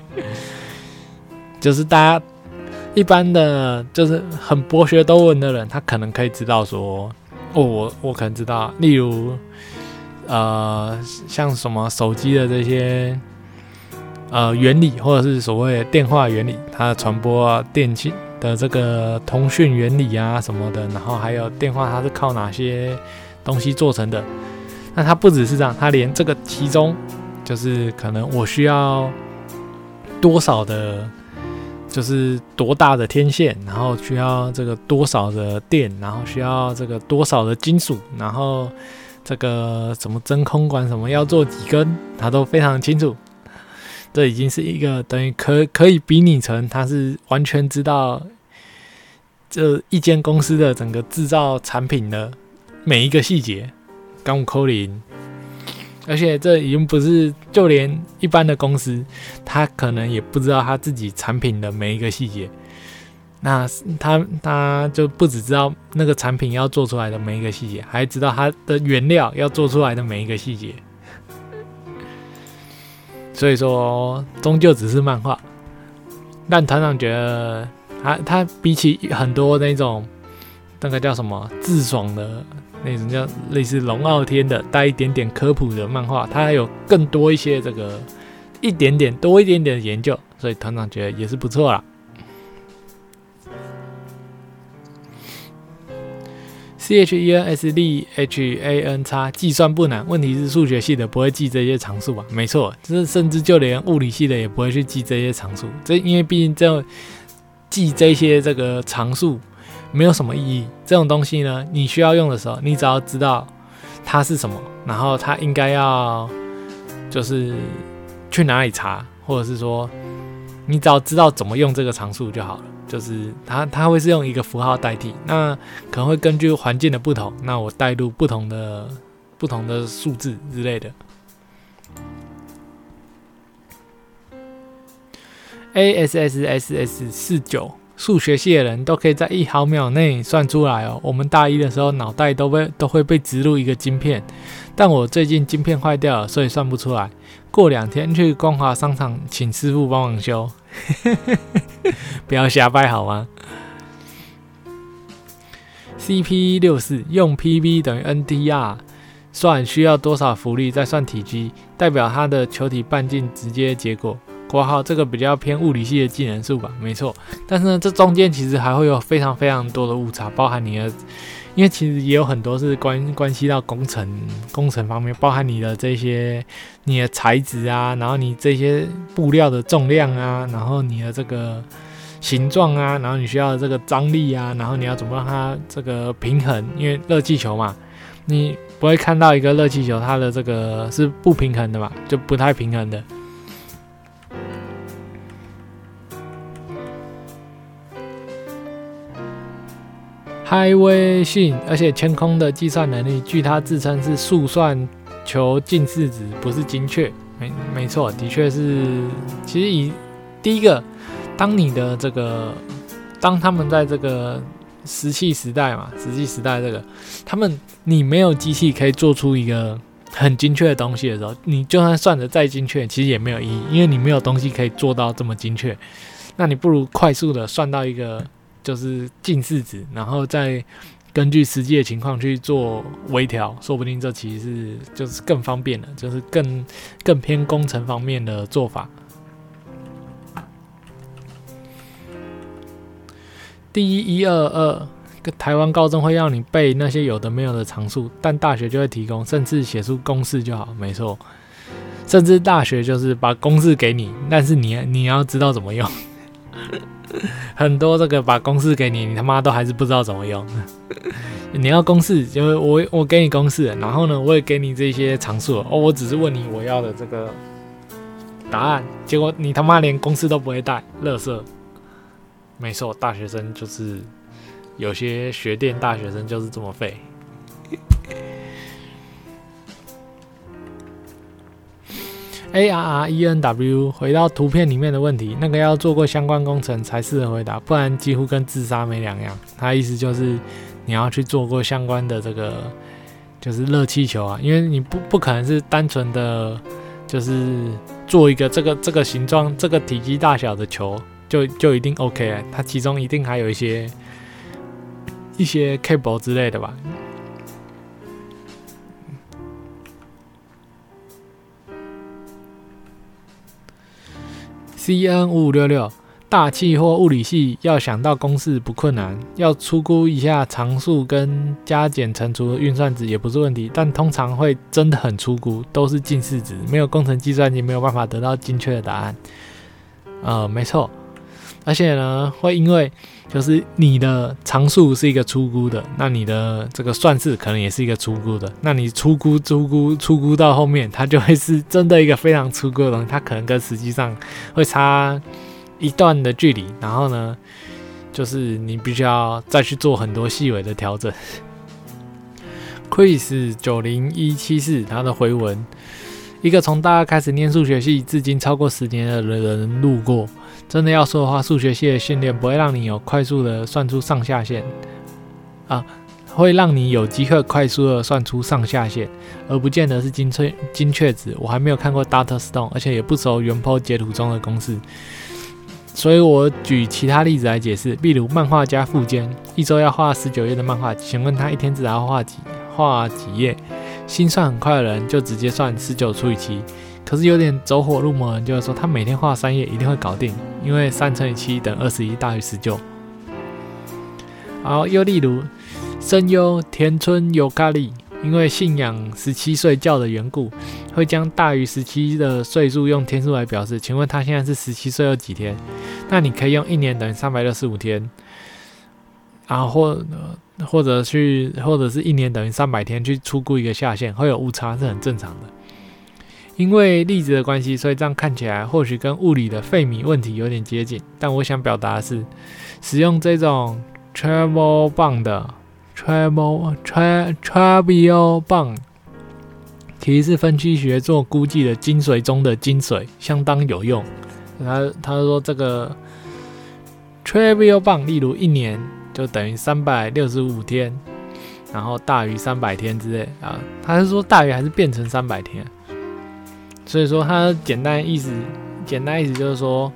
就是大家一般的，就是很博学多闻的人，他可能可以知道说，哦，我我可能知道，例如，呃，像什么手机的这些呃原理，或者是所谓的电话原理，它的传播啊，电器的这个通讯原理啊什么的，然后还有电话它是靠哪些东西做成的。那它不只是这样，它连这个其中就是可能我需要多少的，就是多大的天线，然后需要这个多少的电，然后需要这个多少的金属，然后这个什么真空管什么要做几根，它都非常清楚。这已经是一个等于可可以比拟成它是完全知道这一间公司的整个制造产品的每一个细节。刚五扣零，而且这已经不是就连一般的公司，他可能也不知道他自己产品的每一个细节。那他他就不只知道那个产品要做出来的每一个细节，还知道它的原料要做出来的每一个细节。所以说，终究只是漫画。但团长觉得他，他比起很多那种那个叫什么自爽的。那种叫类似龙傲天的带一点点科普的漫画，它有更多一些这个一点点多一点点的研究，所以团长觉得也是不错啦。C H E N S D H A N X 计算不难，问题是数学系的不会记这些常数啊。没错，这甚至就连物理系的也不会去记这些常数，这因为毕竟这记这些这个常数。没有什么意义，这种东西呢，你需要用的时候，你只要知道它是什么，然后它应该要就是去哪里查，或者是说你只要知道怎么用这个常数就好了。 就是它它会是用一个符号代替，那可能会根据环境的不同，那我带入不同的不同的数字之类的。A S S S S 四九 数学系的人都可以在一毫秒内算出来哦。我们大一的时候脑袋都被都会被植入一个晶片，但我最近晶片坏掉了，所以算不出来。过两天去光华商场请师傅帮忙修，不要瞎掰好吗 ？C P 六四 用 P B 等于 N T R 算需要多少浮力再算体积，代表它的球体半径直接结果。括号这个比较偏物理系的技能数吧，没错。但是呢，这中间其实还会有非常非常多的误差，包含你的，因为其实也有很多是关关系到工程工程方面，包含你的这些你的材质啊，然后你这些布料的重量啊，然后你的这个形状啊，然后你需要的这个张力啊，然后你要怎么让它这个平衡，因为热气球嘛，你不会看到一个热气球它的这个是不平衡的嘛，就不太平衡的。嗨微信，而且天空的计算能力，据他自称是速算求近似值，不是精确。没没错，的确是。其实以第一个，当你的这个，当他们在这个石器时代嘛，石器时代这个，他们你没有机器可以做出一个很精确的东西的时候，你就算算得再精确，其实也没有意义，因为你没有东西可以做到这么精确。那你不如快速的算到一个。就是近似值，然后再根据实际的情况去做微调，说不定这其实是就是更方便的，就是更更偏工程方面的做法。第一一二二，台湾高中会让你背那些有的没有的常数，但大学就会提供，甚至写出公式就好。没错，甚至大学就是把公式给你，但是你你要知道怎么用。很多这个把公式给你，你他妈都还是不知道怎么用。你要公式，就是我我给你公式，然后呢，我也给你这些常数哦，我只是问你我要的这个答案，结果你他妈连公式都不会带，垃圾。没错，大学生就是有些学电大学生就是这么废。A R R E N W 回到图片里面的问题，那个要做过相关工程才适合回答，不然几乎跟自杀没两样。他的意思就是你要去做过相关的这个就是热气球啊，因为你不不可能是单纯的就是做一个这个这个形状、这个体积大小的球就就一定 OK 了，它其中一定还有一些一些 cable 之类的吧。C N 五五六六，大气或物理系要想到公式不困难，要粗估一下常数跟加减乘除的运算值也不是问题，但通常会真的很粗估，都是近似值，没有工程计算机没有办法得到精确的答案。呃，没错，而且呢，会因为就是你的常数是一个粗估的，那你的这个算式可能也是一个粗估的，那你粗估粗估粗估到后面，它就会是真的一个非常粗估的东西，它可能跟实际上会差一段的距离，然后呢，就是你必须要再去做很多细微的调整。Chris 九零一七四他的回文，一个从大二开始念数学系，至今超过十年的人路过。真的要说的话，数学系的训练不会让你有快速的算出上下限啊，会让你有机会快速的算出上下限，而不见得是精确精确值。我还没有看过 Data Stone， 而且也不熟原 po 截图中的公式，所以我举其他例子来解释。例如，漫画家富坚一周要画十九页的漫画，请问他一天至少要画几画几页？心算很快的人就直接算十九除以七。可是有点走火入魔的人就会说，他每天画三页一定会搞定，因为三乘以七等于二十一大于十九。好，又例如声优田村由咖利，因为信仰十七岁教的缘故，会将大于十七的岁数用天数来表示。请问他现在是十七岁又几天？那你可以用一年等于三百六十五天，然后或或者去或者是一年等于三百天去粗估一个下限，会有误差是很正常的。 因为粒子的关系，所以这样看起来或许跟物理的费米问题有点接近。但我想表达的是，使用这种 travel 棒的 travel tra travel 棒，其实是分析学做估计的精髓中的精髓，相当有用。他他说这个 travel 棒，例如一年就等于三百六十五天，然后大于三百天之类啊。他是说大于还是变成三百天？所以说，它简单意思，简单意思就是说，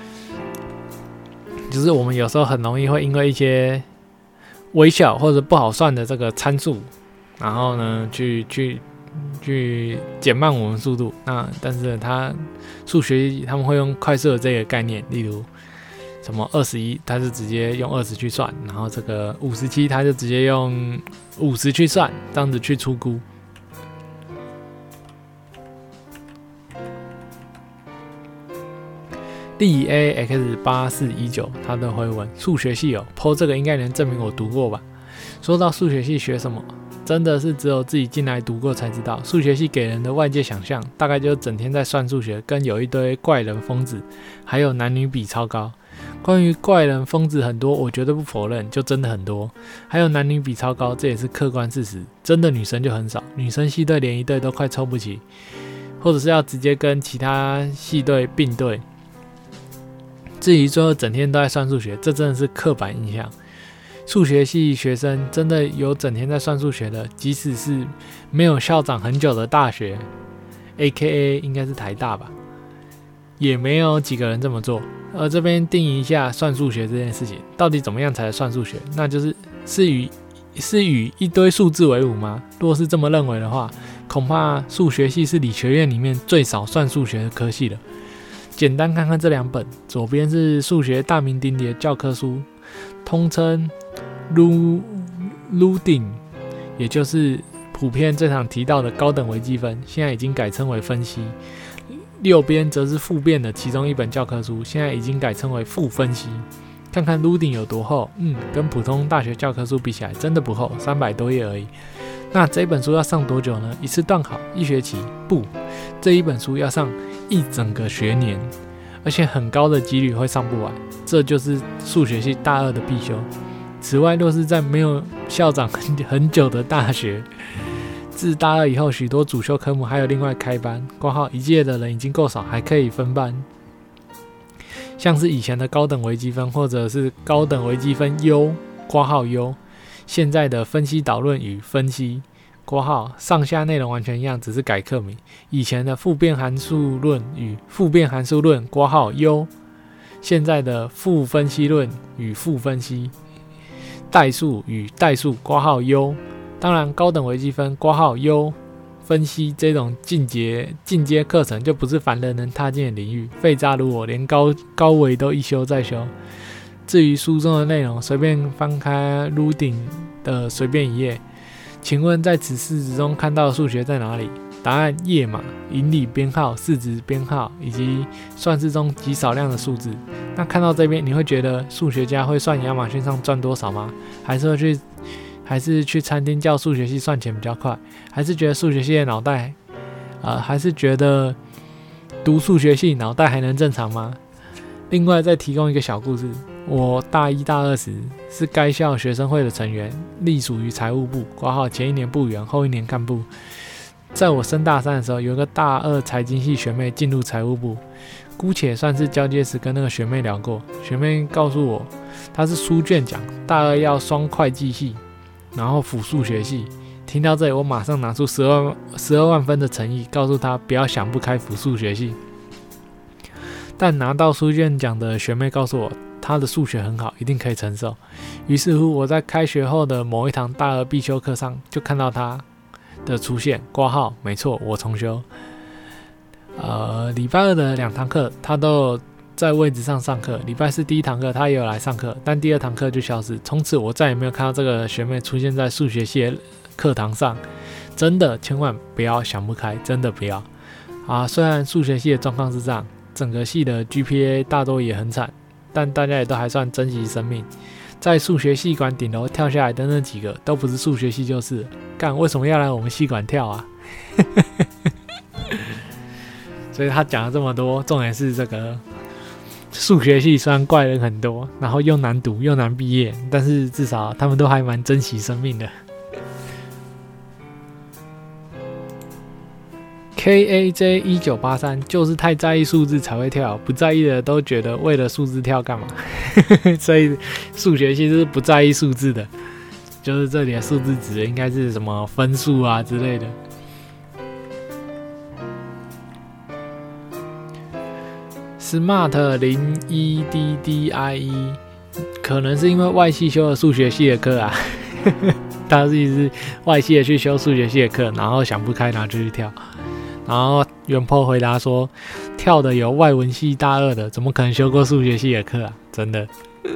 就是我们有时候很容易会因为一些微小或者不好算的这个参数，然后呢，去去去减慢我们速度。那但是它数学他们会用快速的这个概念，例如什么二十一，它就直接用二十去算，然后这个五十七，它就直接用五十去算，这样子去出估。D A X 八四一九，他的回文，数学系哦 ，po 这个应该能证明我读过吧？说到数学系学什么，真的是只有自己进来读过才知道。数学系给人的外界想象，大概就是整天在算数学，跟有一堆怪人疯子，还有男女比超高。关于怪人疯子很多，我绝对不否认，就真的很多。还有男女比超高，这也是客观事实，真的女生就很少，女生系队连一队都快凑不齐，或者是要直接跟其他系队并队。至于最后整天都在算数学，这真的是刻板印象。数学系学生真的有整天在算数学的，即使是没有校长很久的大学 A K A 应该是台大吧，也没有几个人这么做。而这边定义一下算数学这件事情，到底怎么样才算数学？那就是是与是与一堆数字为伍吗？若是这么认为的话，恐怕数学系是理学院里面最少算数学的科系了。简单看看这两本，左边是数学大名鼎鼎的教科书，通称 Luding， 也就是普遍最常提到的高等微积分，现在已经改称为分析。右边则是复变的其中一本教科书，现在已经改称为复分析。看看 Luding 有多厚，嗯，跟普通大学教科书比起来，真的不厚，三百多页而已。那这本书要上多久呢？一次段考，一学期？不，这一本书要上一整个学年，而且很高的几率会上不完。这就是数学系大二的必修。此外，若是在没有校长 很, 很久的大学，自大二以后，许多主修科目还有另外开班，括号一届的人已经够少，还可以分班。像是以前的高等微积分，或者是高等微积分 U， 括号 U。现在的分析导论与分析括号上下内容完全一样，只是改课名。以前的复变函数论与复变函数论括号 U， 现在的复分析论与复分析，代数与代数括号 U。当然，高等微积分括号 U 分析这种进阶进阶课程就不是凡人能踏进的领域，废渣如我连高高维都一修再修。至于书中的内容，随便翻开 Luding 的随便一页，请问在此式子中看到的数学在哪里？答案：页码、引理编号、式值编号以及算式中极少量的数字。那看到这边，你会觉得数学家会算亚马逊上赚多少吗？还是会去，还是去餐厅叫数学系算钱比较快？还是觉得数学系的脑袋，呃，还是觉得读数学系脑袋还能正常吗？另外再提供一个小故事。我大一大二时是该校学生会的成员，隶属于财务部，括号前一年部员，后一年干部。在我升大三的时候，有一个大二财经系学妹进入财务部，姑且算是交接时跟那个学妹聊过。学妹告诉我，她是书卷奖，大二要双会计系，然后辅数学系。听到这里，我马上拿出十二十二万分的诚意，告诉她不要想不开辅数学系。但拿到书卷奖的学妹告诉我，他的数学很好，一定可以承受。于是乎，我在开学后的某一堂大二必修课上，就看到他的出现，括号，没错，我重修。呃，礼拜二的两堂课，他都有在位置上上课。礼拜四第一堂课，他也有来上课，但第二堂课就消失。从此，我再也没有看到这个学妹出现在数学系的课堂上。真的，千万不要想不开，真的不要。啊，虽然数学系的状况是这样。整个系的 G P A 大多也很惨，但大家也都还算珍惜生命。在数学系馆顶楼跳下来的那几个，都不是数学系就是了。干，为什么要来我们系馆跳啊？ 所以他讲了这么多，重点是这个数学系虽然怪人很多，然后又难读又难毕业，但是至少他们都还蛮珍惜生命的。K A J 一九八三 就是太在意数字才会跳，不在意的都觉得为了数字跳干嘛？所以数学系是不在意数字的，就是这里的数字指的应该是什么分数啊之类的。Smart 零一 D D I E 可能是因为外系修了数学系的课啊，他自己是外系的去修数学系的课，然后想不开然后就去跳。然后元坡回答说，跳的有外文系大二的，怎么可能修过数学系的课啊？真的。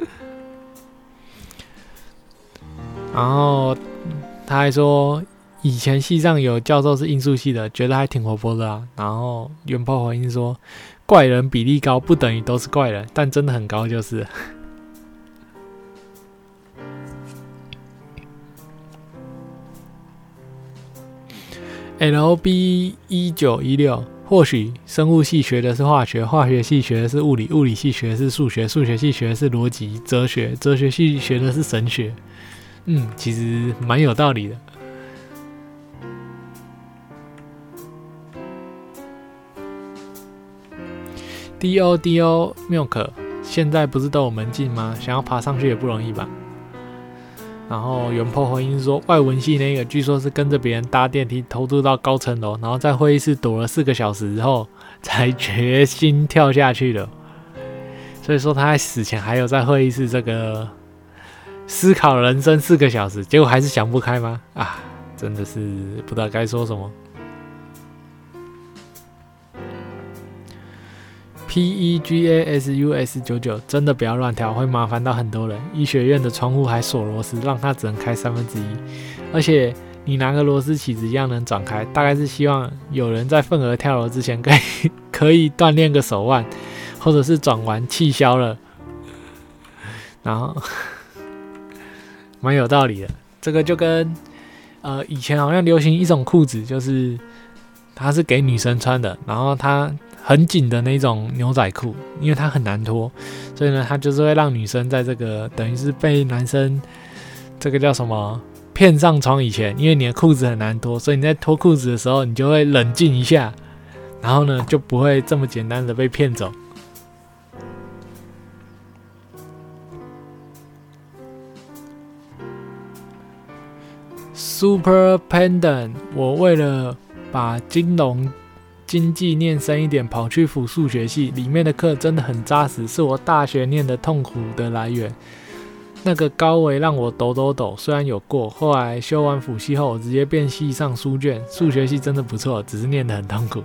然后他还说，以前系上有教授是应数系的，觉得还挺活泼的啊。然后元坡回应说，怪人比例高不等于都是怪人，但真的很高就是了。L B 一九一六，或许生物系学的是化学，化学系学的是物理，物理系学的是数学，数学系学的是逻辑、哲学，哲学系学的是神学。嗯，其实蛮有道理的。D O D O Milk 现在不是都有门禁吗？想要爬上去也不容易吧？然后元坡回应说，外文系那个据说是跟着别人搭电梯偷渡到高层楼，然后在会议室躲了四个小时之后才决心跳下去的。所以说他在死前还有在会议室这个思考人生四个小时，结果还是想不开吗？啊，真的是不知道该说什么。P E G A S U S 九九 真的不要乱跳，会麻烦到很多人。医学院的窗户还锁螺丝，让它只能开三分之一，而且你拿个螺丝起子一样能转开，大概是希望有人在份额跳楼之前可以可以锻炼个手腕，或者是转完气消了，然后蛮有道理的。这个就跟呃以前好像流行一种裤子，就是它是给女生穿的，然后它很紧的那种牛仔裤，因为它很难脱，所以呢，它就是会让女生在这个等于是被男生这个叫什么骗上床以前，因为你的裤子很难脱，所以你在脱裤子的时候，你就会冷静一下，然后呢就不会这么简单的被骗走。Super Pendant， 我为了把金融经济念深一点，跑去辅数学系，里面的课真的很扎实，是我大学念的痛苦的来源。那个高维让我抖抖抖，虽然有过，后来修完辅系后，我直接变系上书卷。数学系真的不错，只是念得很痛苦。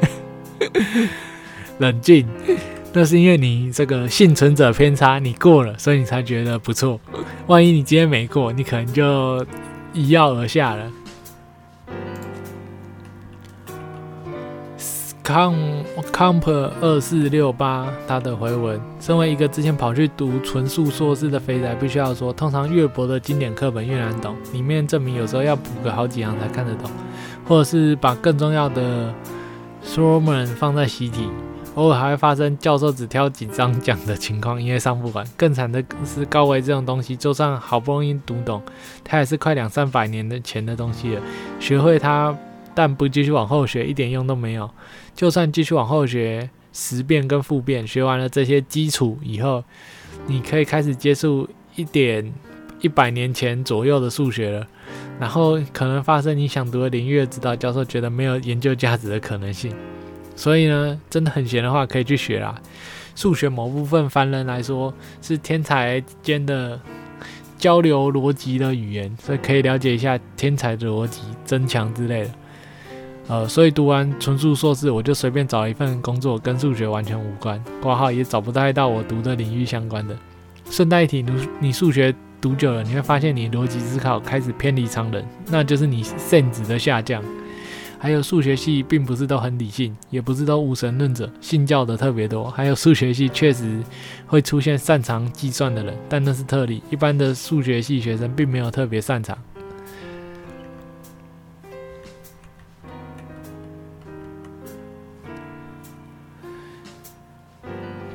冷静，那是因为你这个幸存者偏差，你过了，所以你才觉得不错。万一你今天没过，你可能就一跃而下了。Comp 二四六八他的回文，身为一个之前跑去读纯数硕士的肥仔，必须要说，通常越薄的经典课本越难懂，里面证明有时候要补个好几行才看得懂，或者是把更重要的 Shorman 放在习题，偶尔还会发生教授只挑几章讲的情况，因为上不完。更惨的是高维这种东西，就算好不容易读懂，它也是快两三百年的前的东西了，学会它但不继续往后学，一点用都没有。就算继续往后学十遍跟复变，学完了这些基础以后，你可以开始接触一点一百年前左右的数学了，然后可能发生你想读的领域的指导教授觉得没有研究价值的可能性。所以呢，真的很闲的话可以去学啦。数学某部分凡人来说是天才间的交流逻辑的语言，所以可以了解一下天才的逻辑增强之类的。呃，所以读完纯数硕士，我就随便找一份工作，跟数学完全无关，挂号也找不太到我读的领域相关的。顺带一提，你数学读久了，你会发现你逻辑思考开始偏离常人，那就是你 sense 的下降。还有数学系并不是都很理性，也不是都无神论者，信教的特别多。还有数学系确实会出现擅长计算的人，但那是特例，一般的数学系学生并没有特别擅长。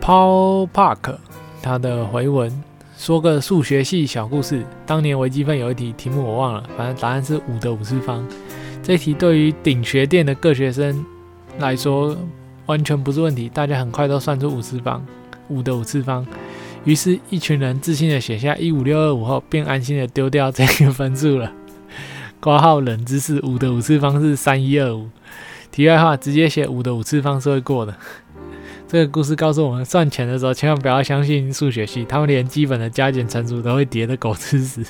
Paul Park 他的回文说个数学系小故事。当年微积分有一题题目我忘了，反正答案是五的五次方。这一题对于顶学店的各学生来说完全不是问题，大家很快都算出五次方，五的五次方。于是，一群人自信的写下一五六二五后，便安心的丢掉这个分数了。括号冷知识，五的五次方是三一二五。题外话，直接写五的五次方是会过的。这个故事告诉我们，算钱的时候千万不要相信数学系，他们连基本的加减乘除都会叠的狗吃屎。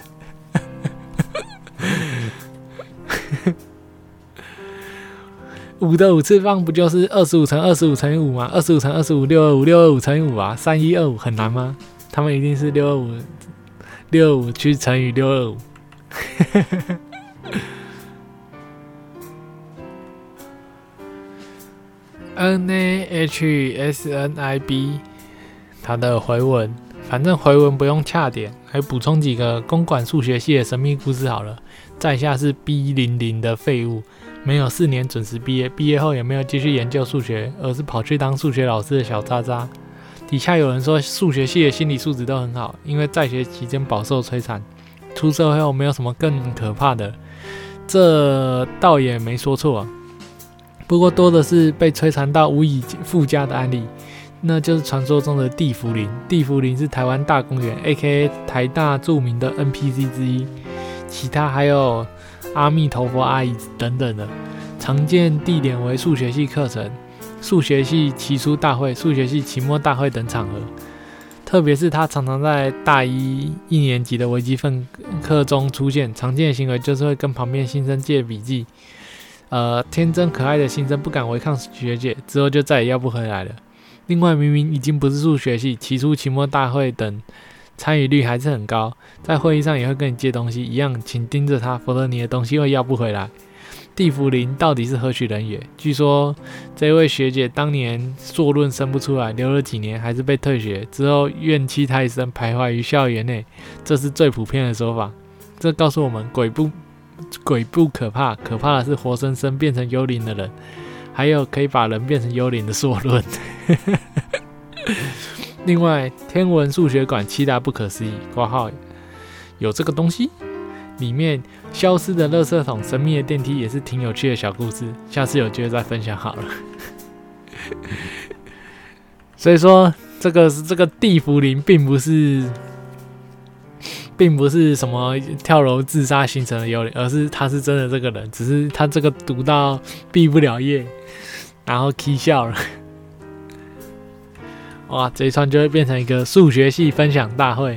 五的五次方不就是二十五乘二十五乘以五吗？二十五乘二十五，六二五，六二五乘以五啊，三一二五很难吗？他们一定是六二五，六二五去乘以六二五。N A H S N I B 他的回文，反正回文不用恰点，还补充几个公管数学系的神秘故事好了。在下是 B 零零 的废物，没有四年准时毕业，毕业后也没有继续研究数学，而是跑去当数学老师的小渣渣。底下有人说数学系的心理素质都很好，因为在学期间饱受摧残，出社会后没有什么更可怕的，这倒也没说错啊。不过多的是被摧残到无以复加的案例，那就是传说中的地茯苓。地茯苓是台湾大公园 A K A 台大著名的 N P C 之一，其他还有阿弥陀佛阿姨等等的。常见地点为数学系课程、数学系期初大会、数学系期末大会等场合。特别是他常常在大一一年级的微积分课中出现，常见的行为就是会跟旁边新生借笔记。呃，天真可爱的新生不敢违抗学姐，之后就再也要不回来了。另外，明明已经不是数学系，期初、期末大会等参与率还是很高，在会议上也会跟你借东西，一样，请盯着他，否则你的东西会要不回来。地茯苓到底是何许人也？据说这位学姐当年硕论生不出来，留了几年还是被退学，之后怨气太深，徘徊于校园内，这是最普遍的说法。这告诉我们，鬼不鬼不可怕，可怕的是活生生变成幽灵的人，还有可以把人变成幽灵的硕论。另外，天文数学馆七大不可思议（括号有这个东西），里面消失的垃圾桶、神秘的电梯也是挺有趣的小故事，下次有机会再分享好了。所以说，这个这个地茯苓并不是。并不是什么跳楼自杀形成的幽灵，而是他是真的这个人，只是他这个读到毕不了业，然后起笑了。哇，这一串就会变成一个数学系分享大会。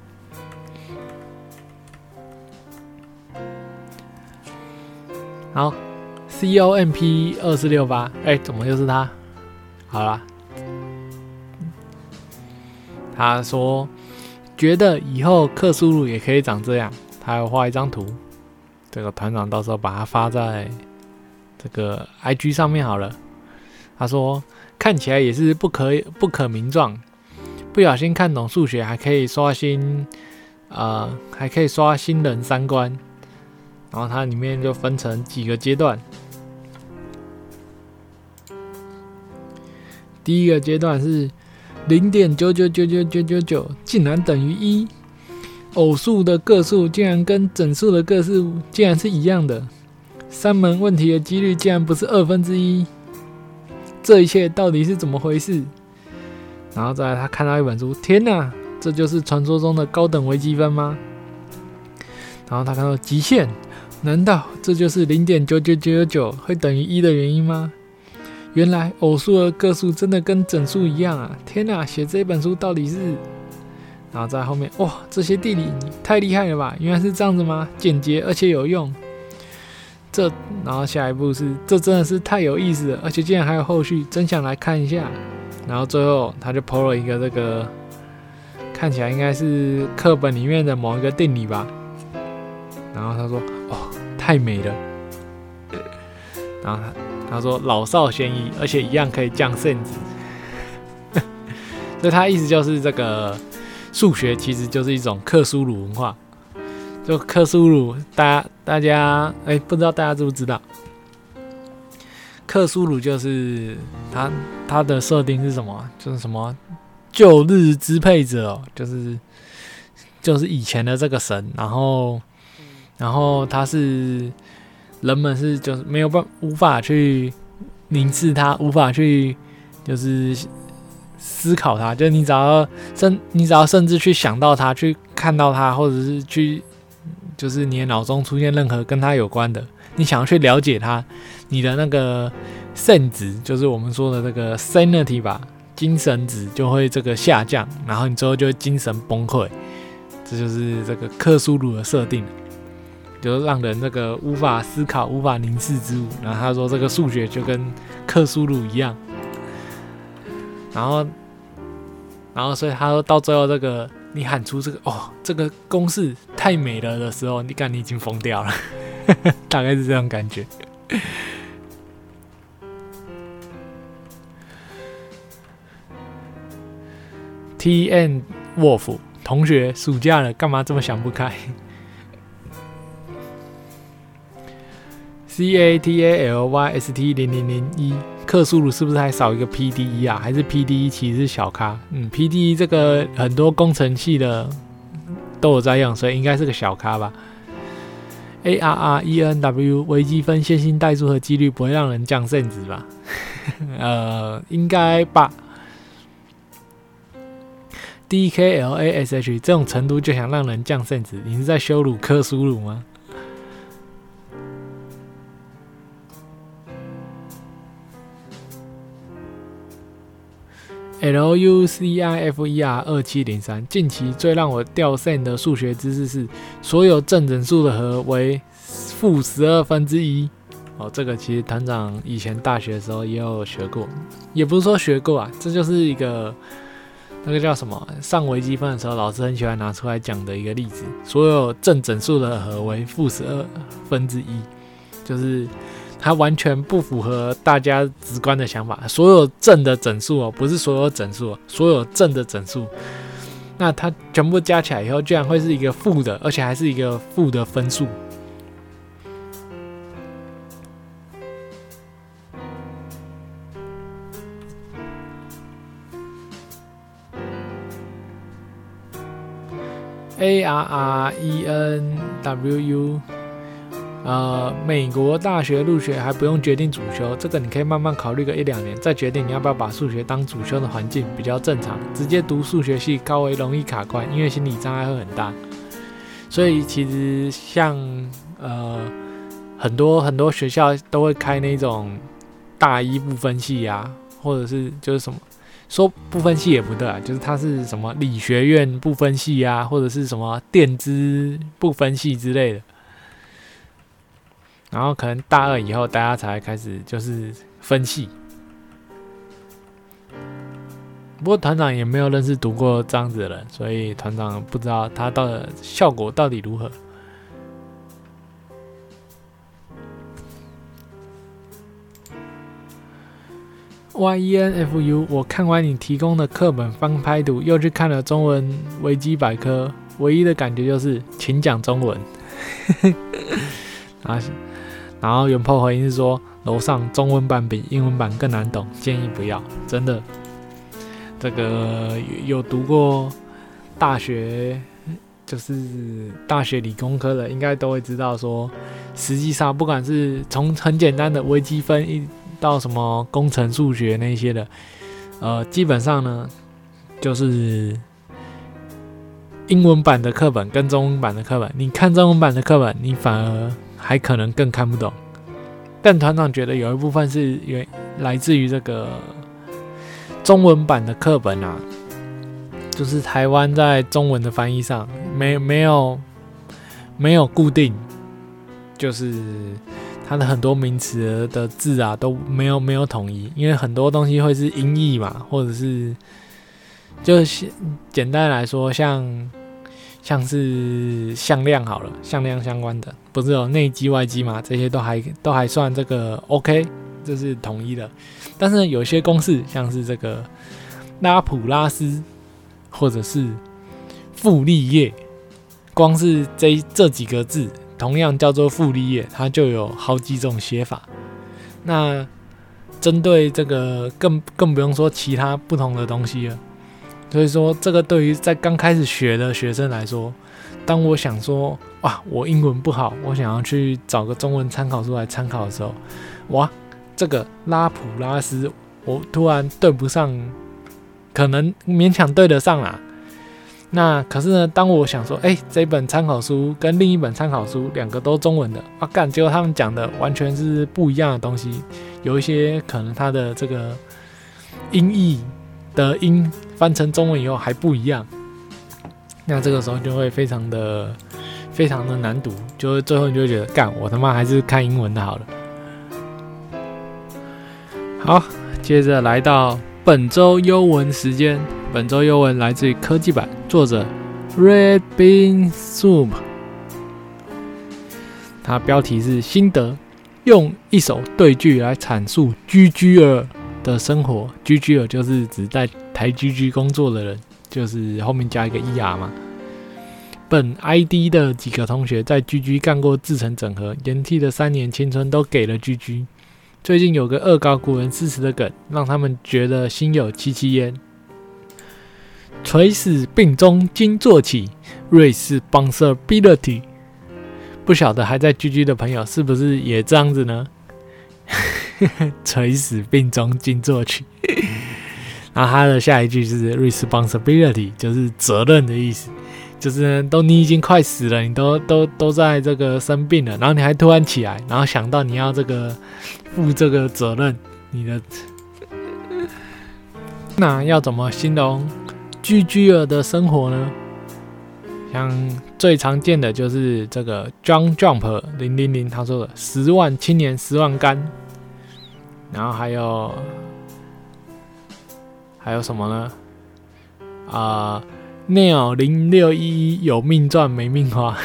好 ，C O M P 二四六八，哎，怎么又是他？好啦，他说。觉得以后克苏鲁也可以长这样，他还有画一张图，这个团长到时候把它发在这个 I G 上面好了。他说看起来也是不可不可名状，不小心看懂数学还可以刷新，呃，还可以刷新人三观。然后它里面就分成几个阶段，第一个阶段是。零点九九九九九九九竟然等于一，偶数的个数竟然跟整数的个数竟然是一样的，三门问题的几率竟然不是二分之一，这一切到底是怎么回事？然后再来他看到一本书，天哪，这就是传说中的高等微积分吗？然后他看到极限，难道这就是零点九九九九九会等于一的原因吗？原来偶数的个数真的跟整数一样啊！天哪，写这本书到底是……然后在后面，哇，这些地理太厉害了吧！原来是这样子吗？简洁而且有用。这，然后下一步是，这真的是太有意思了，而且竟然还有后续，真想来看一下。然后最后他就 po 了一个这个，看起来应该是课本里面的某一个定理吧。然后他说：“哦，太美了。”然后他。他说老少咸宜，而且一样可以降圣子。所以他意思就是这个数学其实就是一种克苏鲁文化。就克苏鲁，大家大家哎、欸，不知道大家知不知道？ 克苏鲁就是它它的设定是什么？就是什么旧日支配者、哦，就是就是以前的这个神，然后然后他是人们是就是没有办无法去凝视它，无法去就是思考它，就是你只要甚你只要甚至去想到它，去看到它，或者是去就是你的脑中出现任何跟它有关的，你想要去了解它，你的那个圣值，就是我们说的这个 sanity 吧，精神值就会这个下降，然后你之后就会精神崩溃。这就是这个克苏鲁的设定，就是让人这个无法思考、无法凝视之物。然后他说这个数学就跟克苏鲁一样，然后，然后所以他说到最后这个你喊出这个哦这个公式太美了的时候，你感你已经疯掉了，大概是这种感觉。T N Wolf 同学，暑假了，干嘛这么想不开 ？C A T A L Y S T 零零零一，克苏鲁是不是还少一个 P D E 啊？还是 P D E 其实是小咖？嗯 ，P D E 这个很多工程系的都有在用，所以应该是个小咖吧。A R R E N W 微积分线性代数和几率不会让人降圣值吧？呃，应该吧。D K L A S H 这种程度就想让人降圣值，你是在羞辱克苏鲁吗？L U C I F E R 二七零三，近期最让我掉圣的数学知识是，所有正整数的和为负十二分之一。哦，这个其实团长以前大学的时候也有学过，也不是说学过啊，这就是一个。那个叫什么？上微积分的时候，老师很喜欢拿出来讲的一个例子。所有正整数的和为负十二分之一，就是它完全不符合大家直观的想法。所有正的整数哦，不是所有整数哦，所有正的整数，那它全部加起来以后，居然会是一个负的，而且还是一个负的分数。A R R E N W U， 呃，美国大学入学还不用决定主修，这个你可以慢慢考虑个一两年，再决定你要不要把数学当主修的环境比较正常。直接读数学系高为容易卡关，因为心理障碍会很大。所以其实像呃很多很多学校都会开那种大一不分系啊，或者是就是什么。说不分系也不对啊，就是它是什么理学院不分系啊，或者是什么电资不分系之类的。然后可能大二以后，大家才开始就是分系。不过团长也没有认识读过这样子的人，所以团长不知道他的效果到底如何。Y E N F U， 我看完你提供的课本翻拍图，又去看了中文维基百科，唯一的感觉就是请讲中文。然后，然后原 po 回应是说，楼上中文版比英文版更难懂，建议不要。真的，这个有读过大学，就是大学理工科的，应该都会知道说，实际上不管是从很简单的微积分一到什么工程数学那些的，呃，基本上呢，就是英文版的课本跟中文版的课本，你看中文版的课本，你反而还可能更看不懂。但团长觉得有一部分是来自于这个中文版的课本啊，就是台湾在中文的翻译上没没有没有固定，就是它的很多名词的字啊都没有没有统一，因为很多东西会是音译嘛，或者是就是简单来说，像像是向量好了，向量相关的不是有内积外积嘛，这些都还都还算这个 OK， 这是统一的。但是有些公式像是这个拉普拉斯或者是傅立叶，光是这这几个字。同样叫做傅立叶，它就有好几种写法。那针对这个更更不用说其他不同的东西了。所以说，这个对于在刚开始学的学生来说，当我想说哇，我英文不好，我想要去找个中文参考书来参考的时候，哇，这个拉普拉斯我突然对不上，可能勉强对得上啦。那可是呢，当我想说，哎、欸，这本参考书跟另一本参考书两个都中文的，啊干，结果他们讲的完全是不一样的东西，有一些可能它的这个音译的音翻成中文以后还不一样，那这个时候就会非常的非常的难读，就最后你就会觉得，干，我他妈还是看英文的好了。好，接着来到本周优文时间。本周优文来自于科技版，作者 Red Bean Soup， 它标题是心得，用一首对句来阐述 G G 儿的生活。G G 儿就是指在台 G G 工作的人，就是后面加一个 E R 嘛。本 I D 的几个同学在 G G 干过制程整合，延替的三年青春都给了 G G。最近有个恶搞古人诗词的梗，让他们觉得心有戚戚焉。垂死病中惊坐起 ，responsibility。不晓得还在 G G 的朋友是不是也这样子呢？垂死病中惊坐起。然后他的下一句是 responsibility， 就是责任的意思。就是都你已经快死了，你都都都在这个生病了，然后你还突然起来，然后想到你要这个负这个责任，你的那要怎么形容 G G 儿的生活呢？像最常见的就是这个 John Jump 零零零他说的十万青年十万干，然后还有还有什么呢？啊、呃。Neil 零六一一有命赚没命花。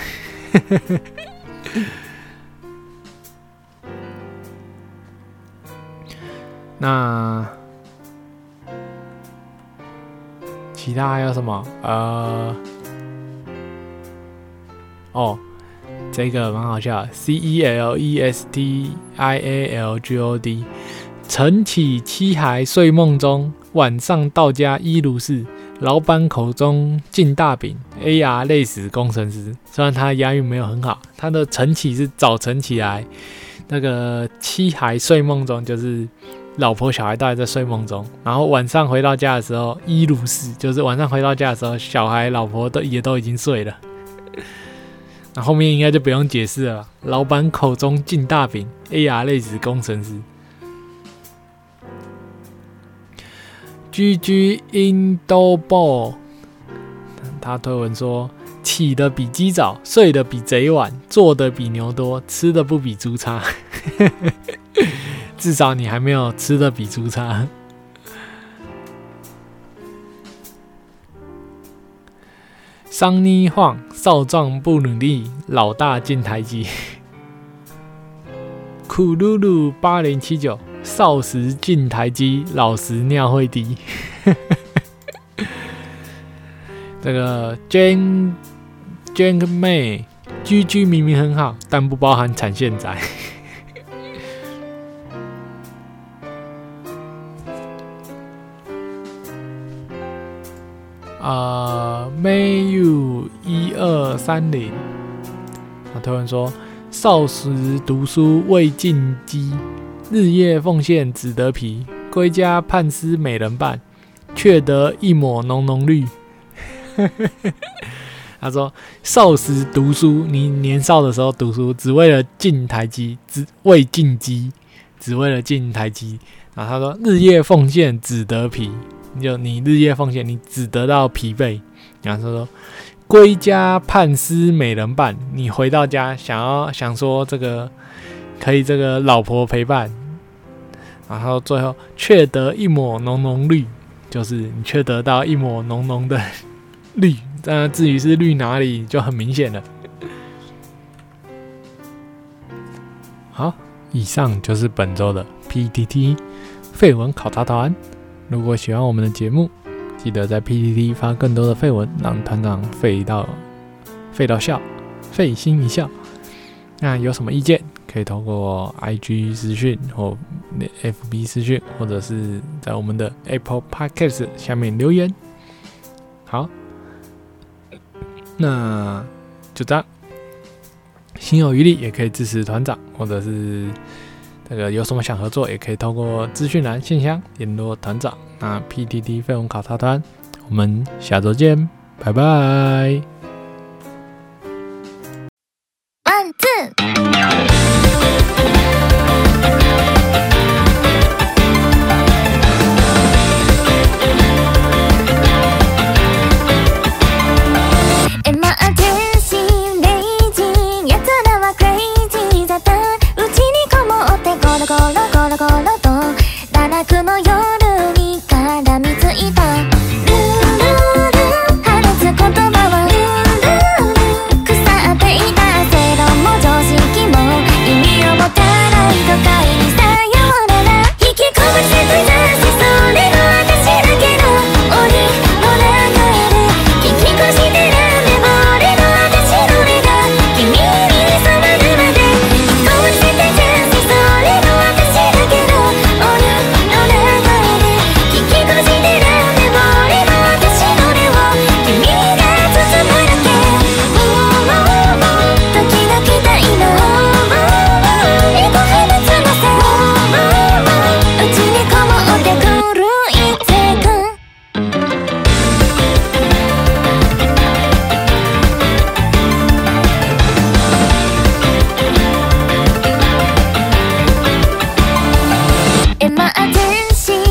那其他还有什么？呃，哦，这个蛮好笑的 ，C E L E S T I A L G O D， 晨起七孩睡梦中，晚上到家依如是。老板口中进大饼 ，A R 累死工程师。虽然他的押韵没有很好，他的晨起是早晨起来，那个七孩睡梦中就是老婆小孩都还在睡梦中，然后晚上回到家的时候依如是，就是晚上回到家的时候，小孩老婆都也都已经睡了。那后面应该就不用解释了吧？老板口中进大饼 ，A R 累死工程师。G G Indoor Ball， 他推文说：起得比鸡早，睡得比贼晚，做得比牛多，吃得不比猪差。至少你还没有吃得比猪差。桑尼晃，少壮不努力，老大进台积。库鲁鲁八零七九。少时进台积，老时尿会滴。这个 Jane Jane May G G 明明很好，但不包含产线仔。呃 ，Mayu 一二三零，他推文说：少时读书未进鸡。日夜奉献只得皮，归家盼思美人伴，却得一抹浓浓绿。他说：少时读书，你年少的时候读书，只为了进台积，只为进击，只为了进台积。然后他说：日夜奉献只得皮，就你日夜奉献，你只得到疲惫。然后他说：归家盼思美人伴，你回到家想要想说这个可以这个老婆陪伴。然后最后却得一抹浓浓绿，就是你却得到一抹浓浓的绿，但至于是绿哪里就很明显了。好，以上就是本周的 P T T 废文考察团。如果喜欢我们的节目，记得在 P T T 发更多的废文，让团长废到废到笑，费心一笑。那有什么意见？ 可以透过 I G 私讯或 F B 私讯，或者是在我们的 Apple Podcast 下面留言。好，那就这样。心有余力也可以支持团长，或者是这个有什么想合作，也可以透过资讯栏信箱联络团长。那 P T T 废文考察团，我们下周见，拜拜。 One two。ゴロゴロゴロゴロと堕落の夜に絡みついたルールール放つ言葉はルールール腐っていた正論も常識も意味を持たない都会にさようなら引きこぼせてざしそれの私だけど檻の中で聞き越してるんで俺の私の目が君に染まるまで引きこぼせてざしそれのエマージェンシー